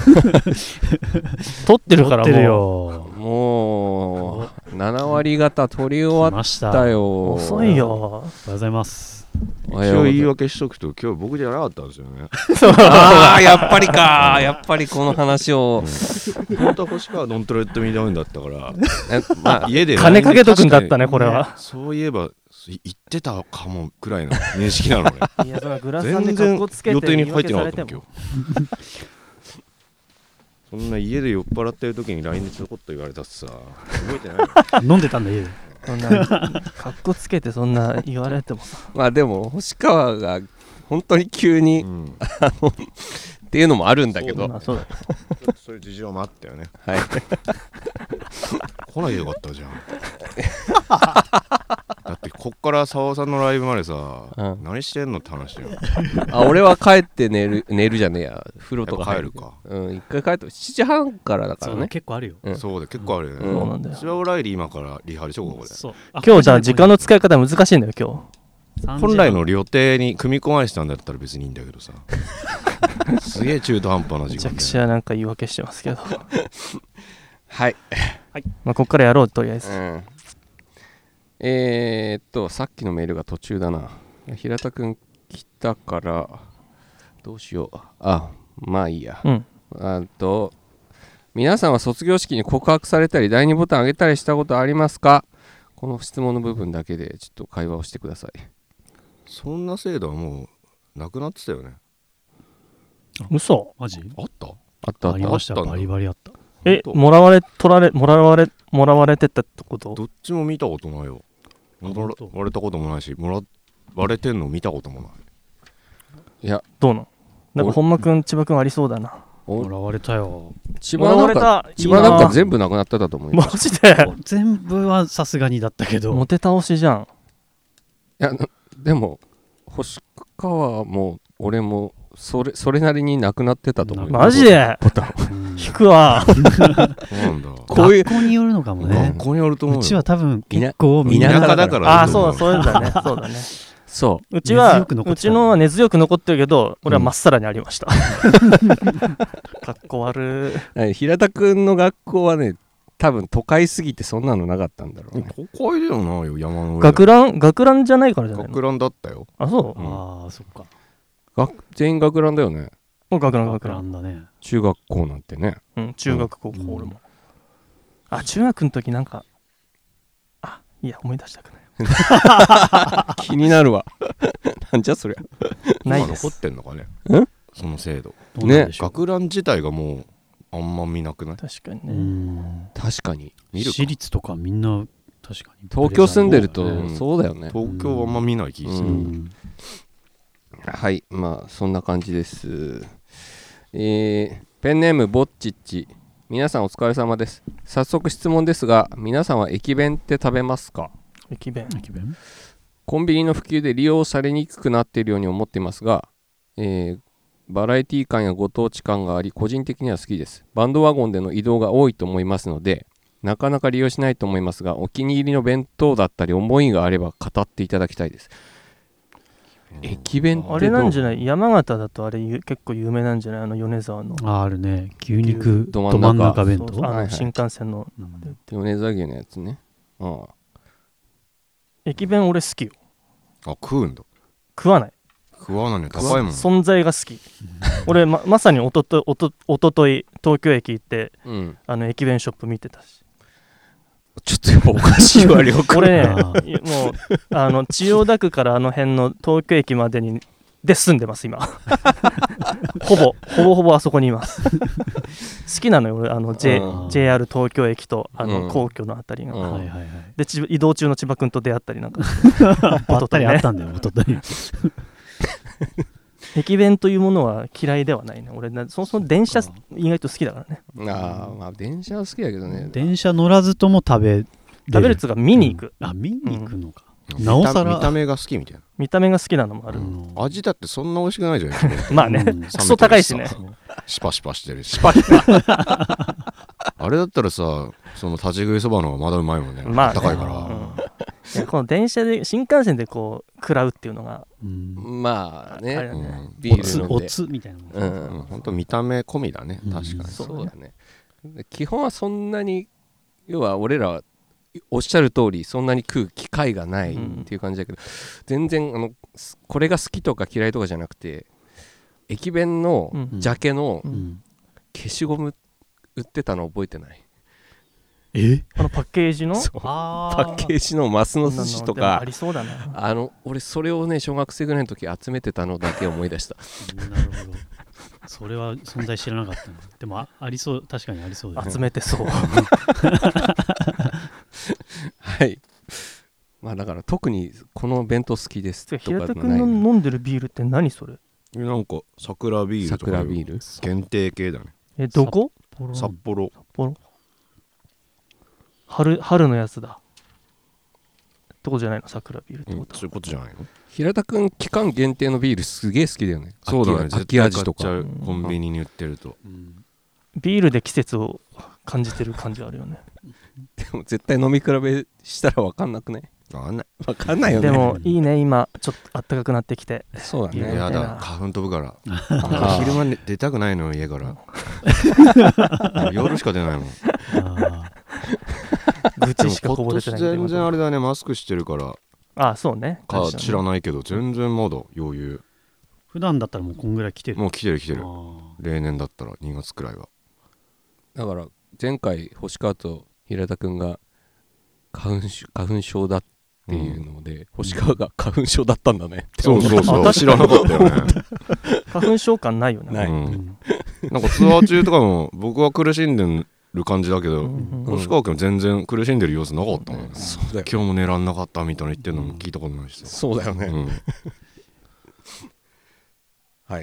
撮ってるからもうよもうなな割方取り終わったよ。 遅いよ。 おはようございます。 一応言い訳しとくと今日僕じゃなかったんですよねああやっぱりかやっぱりこの話を、 うん、本当は星川ノントレッドミダウンだったからまあ、 家で金かけとくんだったねこれは。 そういえば言ってたかもくらいの認識なのねいやそのグラサンでカッコつけて予定に入ってなかったの今日そんな家で酔っ払ってる時に ライン でちょこっと言われたってさ覚えてない飲んでたんだ家でそんなカッコつけてそんな言われてもさまあでも星川が本当に急に、うん、あのっていうのもあるんだけどそうだ、そうだそういう事情もあったよねはい来ないでよかったじゃんだってこっから沢さんのライブまでさ、うん、何してんのって話よあ俺は帰って寝る寝るじゃねえや風呂とか帰るかうん一回帰ってしちじはんからだからね結構あるよ、 うん、そうだ結構あるよね、 うん、そうなんだよシワオライリー今からリハでしょここでそう今日じゃあ時間の使い方難しいんだよ今日本来の予定に組み込まれてたんだったら別にいいんだけどさすげえ中途半端な時間でめちゃくちゃなんか言い訳してますけどはい、 はいまあ、こっからやろうとりあえず、うん、 えー、っとさっきのメールが途中だな平田くん来たからどうしようあまあいいや、うん、あと皆さんは卒業式に告白されたりだいにボタン上げたりしたことありますか。この質問の部分だけでちょっと会話をしてください。 そんな制度はもうなくなってたよね。 嘘マジあったあったあったありました。バリバリあった。 えもらわれ取られもらわれもらわれてたってこと。 どっちも見たことないよ。もらわれたこともないしもらわれてんの見たこともない。 いやどうなんなんか本間くん千葉くんありそうだな。 もらわれたよ。 千葉なんか千葉なんか全部なくなってたと思います。 マジで全部はさすがにだったけどモテ倒しじゃん。 いやでも星川も俺もそれそれなりになくなってたと思う。 マジで引くわなんだこういう学校によるのかもね。 学校によると思う。 うちは多分結構田舎だから。 ああそうそうだねそうだねそううちはうちのは根強く残ってるけど俺はまっさらにありました、うん、かっこ悪い。平田くんの学校はね多分都会すぎてそんなのなかったんだろうね。 都会ではないよ山の上。 学ラン学ランじゃないからじゃないの。 学ランだったよ。 あそう、 うん、ああそっか学全員学ランだよね。 もう学ラン学ランだね。 中学校なんてね。 うん中学高校、うん、俺もあ中学の時なんかあいや思い出したくない気になるわなんじゃそりゃないです。 残ってんのかねんその制度ね。 学ラン自体がもうあんま見なくない？ 確かにね。 確かに見るか。私立とかみんな確かに東京住んでると、うん、そうだよね。 東京はあんま見ない気がする、うん、 はい、まあそんな感じです。えー、ペンネームぼっちっち、皆さんお疲れ様です。早速質問ですが、皆さんは駅弁って食べますか？ 駅弁駅弁コンビニの普及で利用されにくくなっているように思っていますが、えー、バラエティ感やご当地感があり個人的には好きです。バンドワゴンでの移動が多いと思いますのでなかなか利用しないと思いますが、お気に入りの弁当だったり思いがあれば語っていただきたいです。駅弁ってどう？ あれなんじゃない？山形だとあれ結構有名なんじゃない？あの米沢のああるね、牛肉ど真ん中弁当。 そうそう、あの新幹線の、 はいはい、米沢牛のやつね。ああ、 駅弁俺好きよ。 あ、食うんだ。 食わない。 食わないね、高いもん。 存在が好き。俺 ま, まさにおととおとおととい東京駅行って、うん、あの駅弁ショップ見てたし。 ちょっとやっぱおかしいわよ。 俺ね、もうあの千代田区からあの辺の東京駅までにで住んでます今。ほぼほぼほぼあそこにいます。好きなのよ俺、あの J, J R 東京駅とあの皇居のあたりが、うん、で移動中の千葉君と出会ったりなんかばったりあったんだよ。おととい駅弁というものは嫌いではないね。俺そもそも電車意外と好きだからね。 ああ、まあ電車は好きだけどね。 電車乗らずとも食べる食べるっつうか見に行く、 うん、あ見に行くのか、 うん、なおさら見た目が好きみたいな。 見た目が好きなのもある、うん、 味だってそんな美味しくないじゃないまあね、うん、クソ高いしね。 シパシパしてるしシパシパあれだったらさ、その立ち食いそばの方がまだうまいもんね、まあ、ね高いから、うん、 いやこの電車で新幹線でこう食らうっていうのが、 うん、まあね、 あね、 うん、ビール飲んでおつおつみたいな、 うんうん、ほんと見た目込みだね、確かに、うん、 そうだね。基本はそんなに、要は俺らおっしゃる通りそんなに食う機会がないっていう感じだけど、うん、全然あのこれが好きとか嫌いとかじゃなくて、駅弁のジャケの消しゴム売ってたの覚えてない？ え？ あのパッケージのパッケージのマスの寿司とか、 ありそうだな。 あの俺それをね小学生ぐらいの時集めてたのだけ思い出した。 なるほど。それは存在知らなかったな。でも あ, ありそう、確かにありそうだ、ね、 集めてそう。 はい。まあだから特にこの弁当好きですとか平田君の飲んでるビールって何それ？ なんか桜ビールとか桜ビール限定系だね。 えどこ？ 札幌。 札幌。春春のやつだ。ってことじゃないの？桜ビールってこと、 うん、そういうことじゃないの？ 平田くん期間限定のビールすげえ好きだよね。 そうだね、 秋味とか絶対買っちゃう、コンビニに売ってると、うん、 ビールで季節を感じてる感じあるよね。 でも絶対飲み比べしたら分かんなくない？ 分かんない、 分かんないよね。 でもいいね、今ちょっと暖かくなってきて。 そうだね。 やだ、花粉飛ぶから昼間に出たくないの家から夜しか出ないもん。あ愚痴しかこぼれてない。 全然あれだね、マスクしてるからああそうねか知らないけど全然まだ余裕。 普段だったらもうこんぐらい来てる。 もう来てる来てる。例年だったらにがつくらいは。 だから前回星川と平田くんが花粉症、花粉症だっていうので、うん、星川が花粉症だったんだねって。 そうそうそう、知らなかったよね。 花粉症感ないよね。 ない、うん、 なんかツアー中とかも僕は苦しんでる感じだけど、うん、星川君全然苦しんでる様子なかったもんね、うん、そうだよ。今日も寝らんなかったみたいな言ってるのも聞いたことないし、うん、 そうだよね、うん、はい。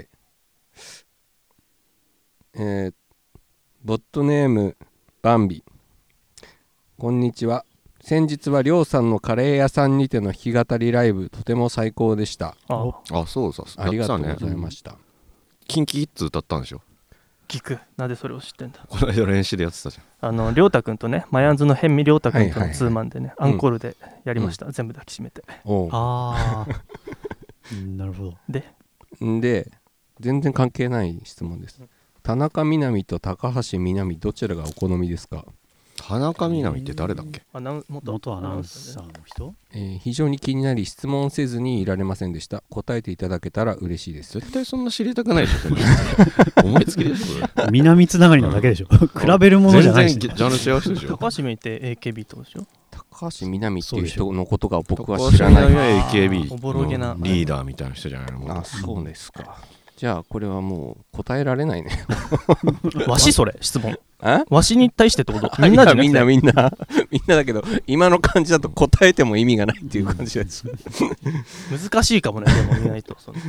えー、ボットネームバンビ、こんにちは。先日はりょうさんのカレー屋さんにての弾き語りライブ、とても最高でした。 ああ、そうそう、 ありがとうございました。 キンキキッズ歌ったんでしょ？ 聞く。なんでそれを知ってんだ？ この間練習でやってたじゃん。 あのりょうたくんとね、マヤンズの辺見りょうたくんとのツーマンでね、はいはいはい、アンコールでやりました、うん、全部抱きしめて。 おああなるほど。 でで全然関係ない質問です。田中みな実と高橋みなみどちらがお好みですか？ 田中みな実って誰だっけ？ あな元, 元アナウンサーの人、 えー、非常に気になり質問せずにいられませんでした。答えていただけたら嬉しいです。 絶対そんな知りたくないでしょ思いつきでしょ。 南つながりなだけでしょ比べるものじゃないし、ね、 全然ジャンル違う人でしょ。 高橋みなみって エーケービー ってことでしょ。 高橋みなみっていう人のことが僕は知らない。 高橋みなみは エーケービーおぼろげなリーダーみたいな人じゃないの？ あ、そうですか。 じゃあこれはもう答えられないねわしそれ質問あわしに対してってことみんなじゃなくてみんなみんなみんなだけど今の感じだと答えても意味がないっていう感じです難しいかもねでも見ないとそう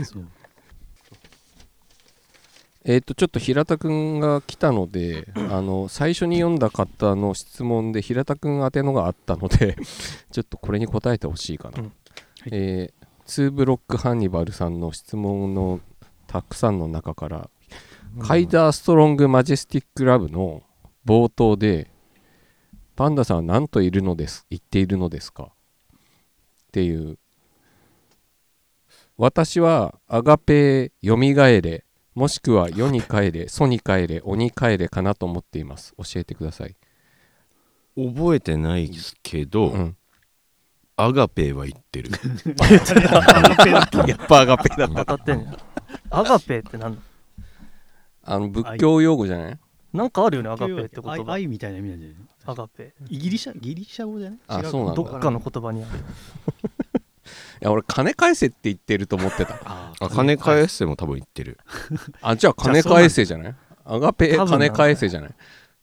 えっとちょっと平田くんが来たのであの最初に読んだ方の質問で平田くん宛てのがあったのでちょっとこれに答えてほしいかな、うんはいえー、ツーブロックハンニバルさんの質問のたくさんの中から、うん、カイダーストロングマジェスティックラブの冒頭でパンダさんは何といるのです言っているのですかっていう私はアガペーよみがえれもしくは世に帰れ、祖に帰れ、鬼帰れかなと思っています。教えてください。 覚えてないですけど、うん、アガペーは言ってる。 やっぱアガペーだった。 当たってんじゃん。アガペーって何だ？ あの仏教用語じゃない？ なんかあるよね、アガペーって言葉。 愛みたいな意味なんじゃない？ アガペー。ギリシャギリシャ語じゃない？ あ、そうなんだ。 どっかの言葉にある。 いや俺金返せって言ってると思ってた。 ああ金返せも多分言ってる。 あじゃあ金返せじゃない？アガペ金返せじゃない？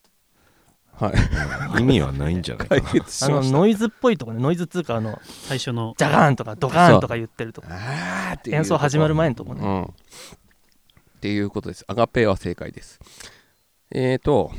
はい。意味はないんじゃないかな。 あのノイズっぽいとこねノイズっつうかあの最初のジャガーンとかドカーンとか言ってるとか演奏始まる前のとこね、うん。 っていうことです。アガペは正解です。えーと。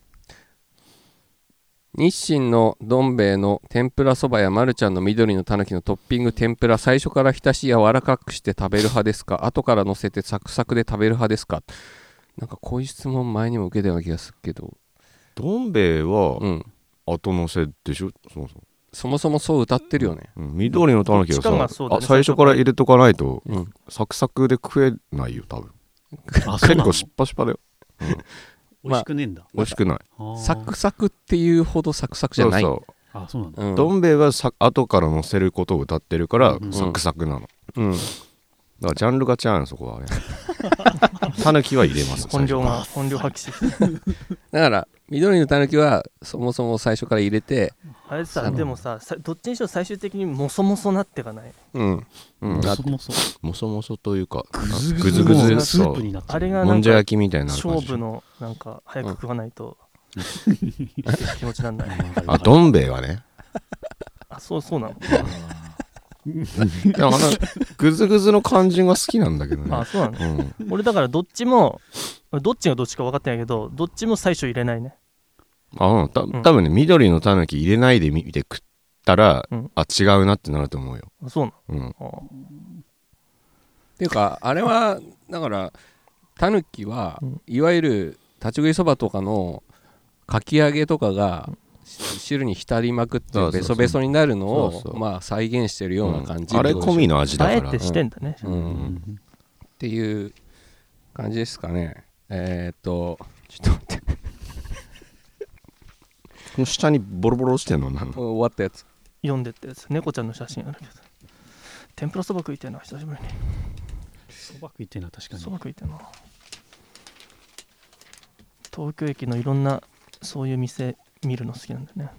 日清のどん兵衛の天ぷらそばやマルちゃんの緑のたぬきのトッピング天ぷら最初から浸し柔らかくして食べる派ですか後から乗せてサクサクで食べる派ですかなんかこういう質問前にも受けたような気がするけどどん兵衛は後乗せでしょ、うん、そもそもそもそもそう歌ってるよね、 うん、緑のたぬきはさ、ね、あ最初から入れとかないと、うん、サクサクで食えないよ多分あ結構しっぱしっぱだよ、うん美味しくねえんだ、 まあ、美味しくないサクサクっていうほどサクサクじゃないそうそうあそうなんだ、 うん、どん兵衛はさ後から乗せることを歌ってるから、うん、サクサクなの、うん、だからジャンルが違うのそこはねたぬきは入れます本領が本領発揮してだから緑のたぬきはそもそも最初から入れてあれさでもさどっちにしろ最終的にもそもそなってかないうん、うん、 もそもそもそもそというかグズグズグズスープになっちゃうあれがもんじゃ焼きみたいな勝負のなんか早く食わないと、うん、気持ちなんないあどん兵衛はねあそうそうなのいやあのグズグズの感じが好きなんだけどねあそうなの、うん、俺だからどっちもどっちがどっちか分かってないけどどっちも最初入れないねあうんた多分ね、うん、緑のたぬき入れないで見て食ったら、うん、あ違うなってなると思うよあそうなの、うん、 っていうかあれはだからたぬきは、うん、いわゆる立ち食いそばとかのかき揚げとかが、うん汁に浸りまくってベソベソになるのをそうそうまあ再現してるような感じ、 うん、あれ込みの味だからあえてしてんだね、 うんうん、っていう感じですかねえー、っとちょっと待ってこの下にボロボロしてんの何の終わったやつ読んでったやつ猫ちゃんの写真あるけど天ぷらそば食いてんな久しぶりにそば食いてんな確かにそば食いてんな東京駅のいろんなそういう店見るの好きなんだよね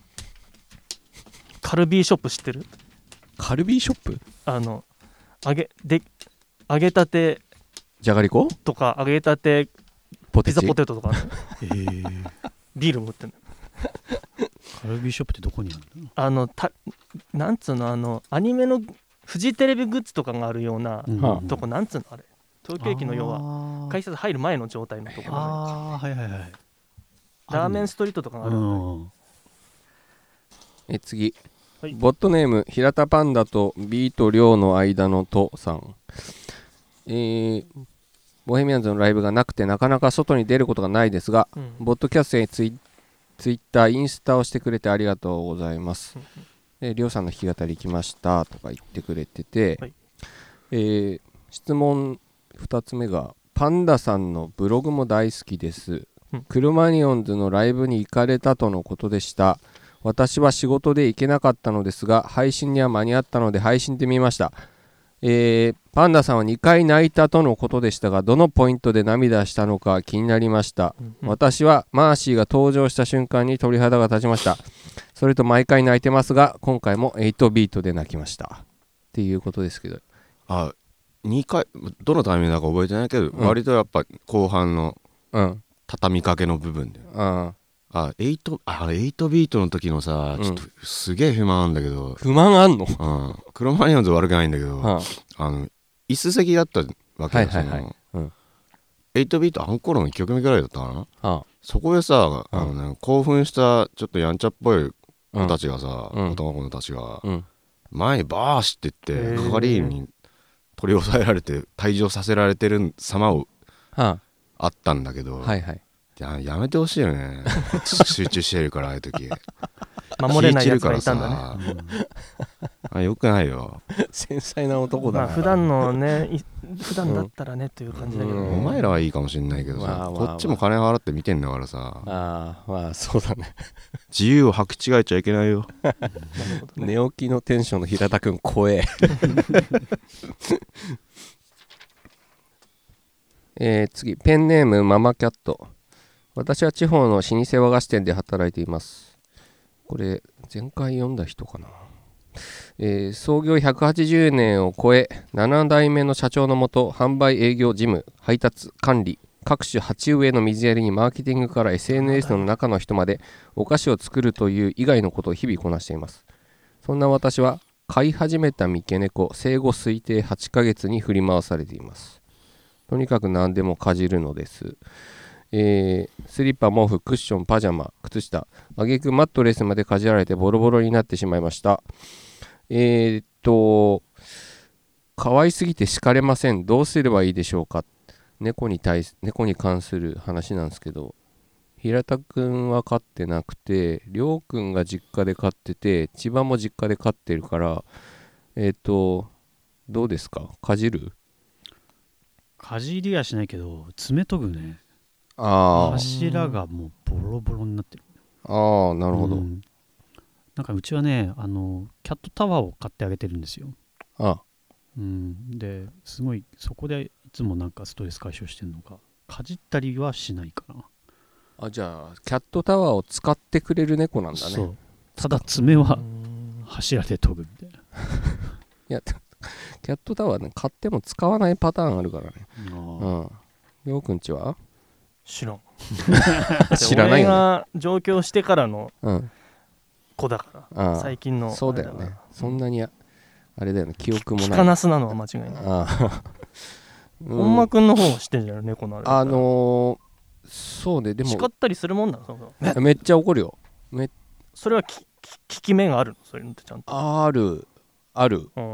カルビーショップ知ってるカルビーショップあの揚げで揚げたてじゃがりことか揚げたてポテピザポテトとか、ねえー、 ビールも売ってんのカルビーショップってどこにあるのあのたなんつうのあのアニメのフジテレビグッズとかがあるような、うん、とこなんつうのあれ東京駅の要は改札入る前の状態のところ、ね、 あはいはいはいラーメンストリートとかがあるの、ね、 え次、はい、ボットネーム平田パンダとビートリョウの間のとさん、えー、ボヘミアンズのライブがなくてなかなか外に出ることがないですが、うん、ボットキャストにツイツイッターインスタをしてくれてありがとうございます、うん、でリョウさんの弾き語り来ましたとか言ってくれてて、はいえー、質問ふたつめがパンダさんのブログも大好きですクルマニオンズのライブに行かれたとのことでした。私は仕事で行けなかったのですが配信には間に合ったので配信で見ました、えー、パンダさんはにかい泣いたとのことでしたがどのポイントで涙したのか気になりました、うんうん、私はマーシーが登場した瞬間に鳥肌が立ちました。それと毎回泣いてますが今回もはちビートで泣きましたっていうことですけどあにかいどのタイミングだか覚えてないけど、うん、割とやっぱ後半の畳みかけの部分で、うん、あ8あ8ビートの時のさ、うん、ちょっとすげえ不満あんだけど。 不満あんの？ うん、クロマニオンズ悪くないんだけど、うん、あの椅子席だったわけよ。はいはいはい、うん、はちビートあの頃のいっきょくめぐらいだったかな、ああそこでさ、あの、ね、興奮したちょっとやんちゃっぽい子たちがさ、うん、男の子たちが、うん、前にバーシって言って係員に取り押さえられて退場させられてる様をあったんだけど、はいはい、や, やめてほしいよね集中してるからああいう時守れないやつがいたんだね、 うん、あよくないよ繊細な男だな、 まあ、普段のね普段だったらね、うん、という感じだけど、ね、 お前らはいいかもしれないけどさ、まあまあまあ、こっちも金払って見てんだからさ、 ああまあそうだね自由を履き違えちゃいけないよ寝起きのテンションの平田くん怖ええー、次ペンネームママキャット。私は地方の老舗和菓子店で働いています。これ前回読んだ人かな、えー、創業ひゃくはちじゅうねんを超えなな代目の社長のもと販売営業事務配達管理各種鉢植えの水やりにマーケティングから エスエヌエス の中の人までお菓子を作るという以外のことを日々こなしています。そんな私は飼い始めた三毛猫生後推定はちかげつに振り回されています。とにかく何でもかじるのです。えー、スリッパ、毛布、クッション、パジャマ、靴下、あげくマットレスまでかじられてボロボロになってしまいました。えー、っと可愛すぎて叱れません。どうすればいいでしょうか。猫に対す猫に関する話なんですけど、平田くんは飼ってなくて、りょうくんが実家で飼ってて、千葉も実家で飼ってるから、えー、っとどうですか。かじる？ かじりはしないけど爪研ぐね。あ柱がもうボロボロになってる。 ああなるほど、うん、 なんかうちはねあのキャットタワーを買ってあげてるんですよ。ああ、うん、ですごいそこでいつもなんかストレス解消してるのかかじったりはしないかな。 あじゃあキャットタワーを使ってくれる猫なんだね。そうただ爪は柱で研ぐみたいな。いやキャットタワーね買っても使わないパターンあるからね。うん。りょうくんちは知らん知らないよ、ね、 俺が上京してからの子だから、うん、最近のそうだよね。そんなにあれだよね記憶もない。 聞かなすなのは間違いない。あ本間くんの方が知ってんじゃない猫のあれ。 あのー、そうねでも叱ったりするもんなの。 めっちゃ怒るよ。めそれはきき効き目があるのそういうのってちゃんと。 あるある、うん、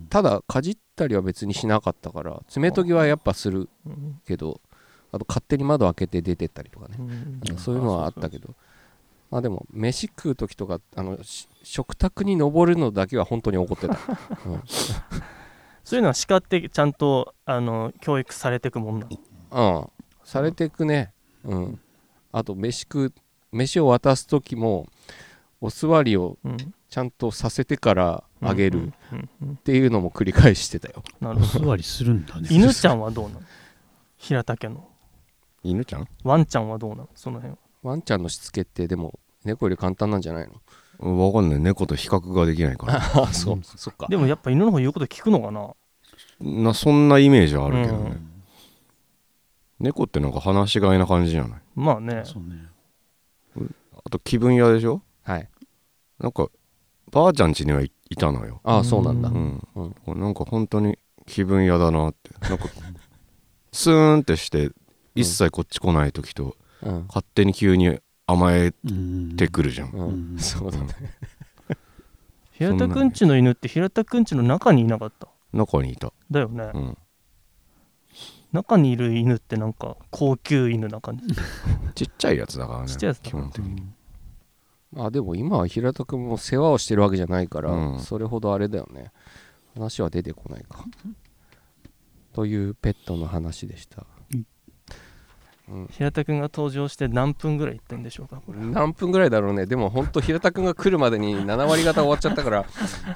ただかじったりは別にしなかったから爪研ぎはやっぱするけど、あと勝手に窓開けて出てったりとかね、うん、そういうのはあったけど、まあでも飯食う時とかあの食卓に上るのだけは本当に怒ってた、うん、 そういうのは叱ってちゃんとあの教育されていくもんなの。うんされていくね。うん。あと飯食う飯を渡す時もお座りをちゃんとさせてからあげるっていうのも繰り返してたよ。 なるほど。お座りするんだね。 犬ちゃんはどうなの？平田家の犬ちゃん？ ワンちゃんはどうなの？その辺は。 ワンちゃんのしつけってでも猫より簡単なんじゃないの？わかんない。猫と比較ができないから。 あそう、うん、そっか。 でもやっぱ犬の方言うこと聞くのかな？ なそんなイメージはあるけどね、うん、猫ってなんか話し飼いな感じじゃない？ まあね。そうね。 あと気分屋でしょ？ はい。 なんかばあちゃん家にはいたのよ。 ああそうなんだ、 うんうん、なんか本当に気分屋だなってなんかスーンってして一切こっち来ない時と、うん、勝手に急に甘えてくるじゃん、うんうんうん、 そうだね平田くんちの犬って平田くんちの中にいなかった？ 中にいた。 だよね、うん、中にいる犬ってなんか高級犬な感じちっちゃいやつだからね。 ちっちゃいやつだ基本的に、 うん、あでも今は平田くんも世話をしてるわけじゃないから、うん、それほどあれだよね。話は出てこないかというペットの話でした、 うん、平田くんが登場して何分ぐらい行ったんでしょうか？これ何分ぐらいだろうね。でも本当平田くんが来るまでになな割方終わっちゃったから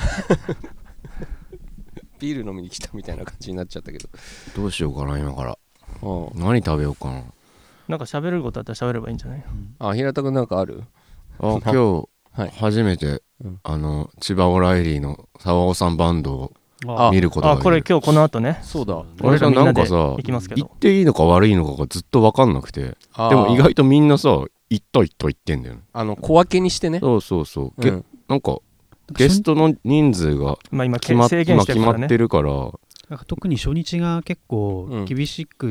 ビール飲みに来たみたいな感じになっちゃったけどどうしようかな今から。何食べようかな。 なんか喋ることあったら喋ればいいんじゃない？ あ平田くんなんかある？ あ今日初めて、はい、あの千葉オライリーの沢尾さんバンド見ることができる。 あ、これ今日この後ね。 そうだ。 俺さなんかさ、行っていいのか悪いのかがずっと分かんなくて、でも意外とみんなさ行った行った行ってんだよね。 あの小分けにしてね。 そうそうそう。うん、なんかゲストの人数が決まってるから。 なんか特に初日が結構厳しくって、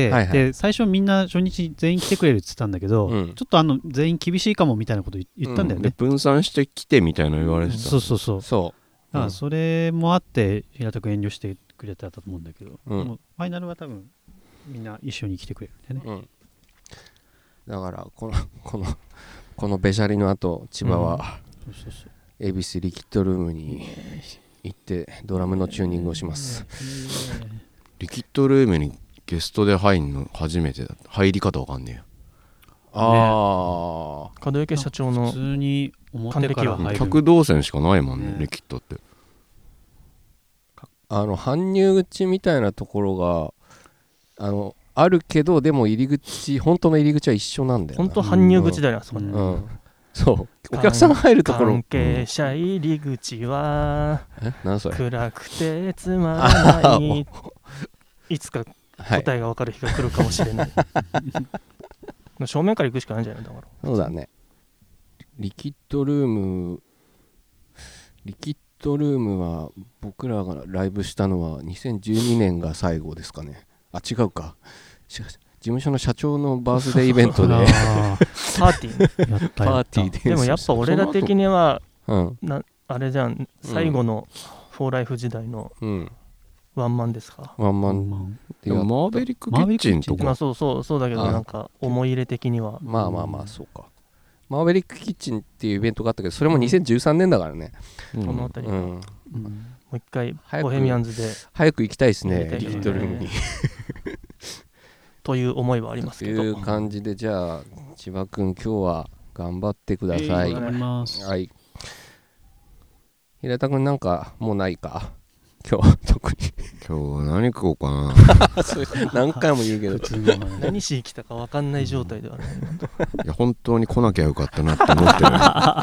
うんはいはい、で最初みんな初日全員来てくれるって言ってたんだけど、うん、ちょっとあの全員厳しいかもみたいなこと言ったんだよね、 うん、分散して来てみたいな言われてた、 そうそうそうそう、 だからそれもあって平田君遠慮してくれたと思うんだけど、うん、もうファイナルは多分みんな一緒に来てくれるんだよね、 うん、だからこのこのこのべしゃりの後千葉は恵比寿リキッドルームに行ってドラムのチューニングをします。 リキッドルームにゲストで入るの初めてだ。入り方わかんねえよ。 ああ、門池社長の普通に表から入る客動線しかないもんね、リキッドって。 あの搬入口みたいなところがあのあるけど、でも入り口本当の入り口は一緒なんだよ。 本当搬入口だよな、そこね。 うん、そうお客さんが入るところ、 関係者入り口はえ何それ暗くてつまらないいつか答えが分かる日が来るかもしれない、はい、正面から行くしかないんじゃないだから。 そうだね。リキッドルームリキッドルームは僕らがライブしたのはにせんじゅうにねんが最後ですかね。あ違うか違う事務所の社長のバースデーイベントでパーティーやったパーティーで。 でもやっぱ俺ら的には、うん、なあれじゃん最後のフォーライフ時代のワンマンですか、 うん、ワンマンでもマーベリックキッチンとか、 まあ、そうそうそうだけどなんか思い入れ的にはまあまあまあそうか。マーベリックキッチンっていうイベントがあったけどそれもにせんじゅうさんねんだからね、 うん、この辺り、うんうん、もう一回ボヘミアンズで早く行きたいですね、リキッドルームにという思いはありますけど。 という感じで、じゃあ千葉くん今日は頑張ってください。 頑張ります。 はい。平田くんなんかもうないか今日は特に。 今日何食おうかな何回も言うけど何しに来たか分かんない状態ではない。 いや本当に来なきゃよかったなって思ってる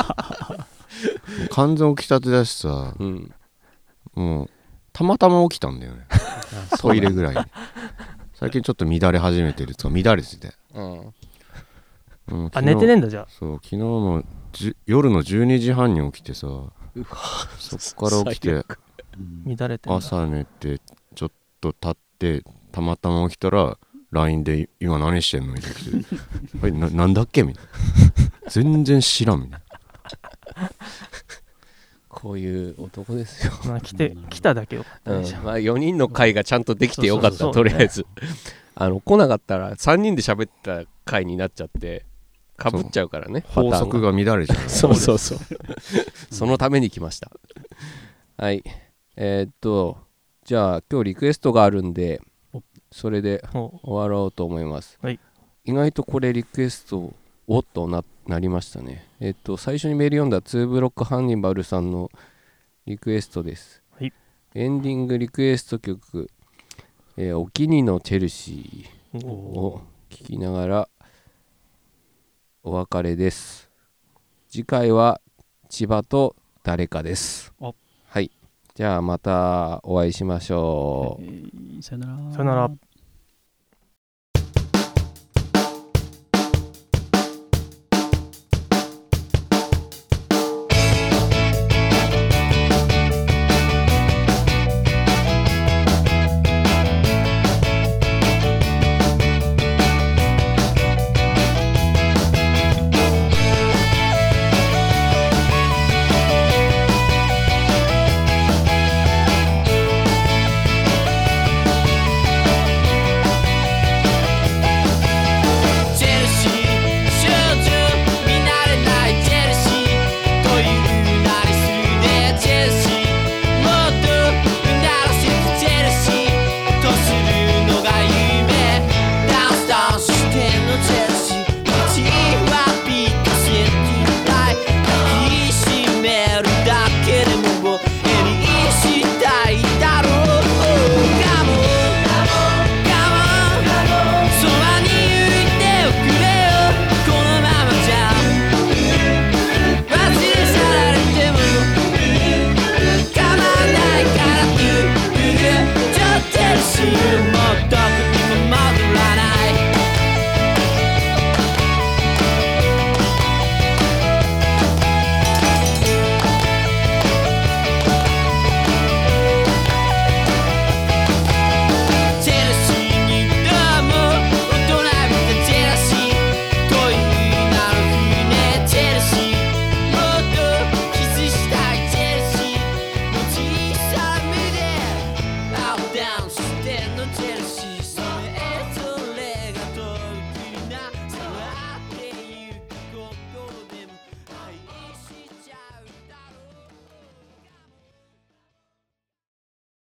完全起きたてだしさ、うん、もうたまたま起きたんだよねトイレぐらいに。最近ちょっと乱れ始めてるとか乱れてて、うんうん、あ寝てねえんだじゃあ。 そう昨日のじ夜のじゅうにじはんに起きてさ、そっから起きて乱れてんだ。 朝寝てちょっと経ってたまたま起きたら ライン で今何してんのみたいな来てはい な, なんだっけみたいな全然知らんみたいなこういう男ですよ。 まあ来て来ただけよかったね、 うん、まあよにんの会がちゃんとできてよかった。そうそうそうとりあえずあの来なかったらさんにんで喋った会になっちゃってかぶっちゃうからね。 法則が乱れちゃうそうそうそうそのために来ましたはいえー、っとじゃあ今日リクエストがあるんでそれで終わろうと思います、はい、意外とこれリクエストおっと な, なりましたね。えー、っと最初にメール読んだツーブロックハンニバルさんのリクエストです、はい、エンディングリクエスト曲、えー、お気に入りのチェルシーを聴きながらお別れです。次回は千葉と誰かです。はい。じゃあまたお会いしましょう。 えー、さよなら。 さよなら。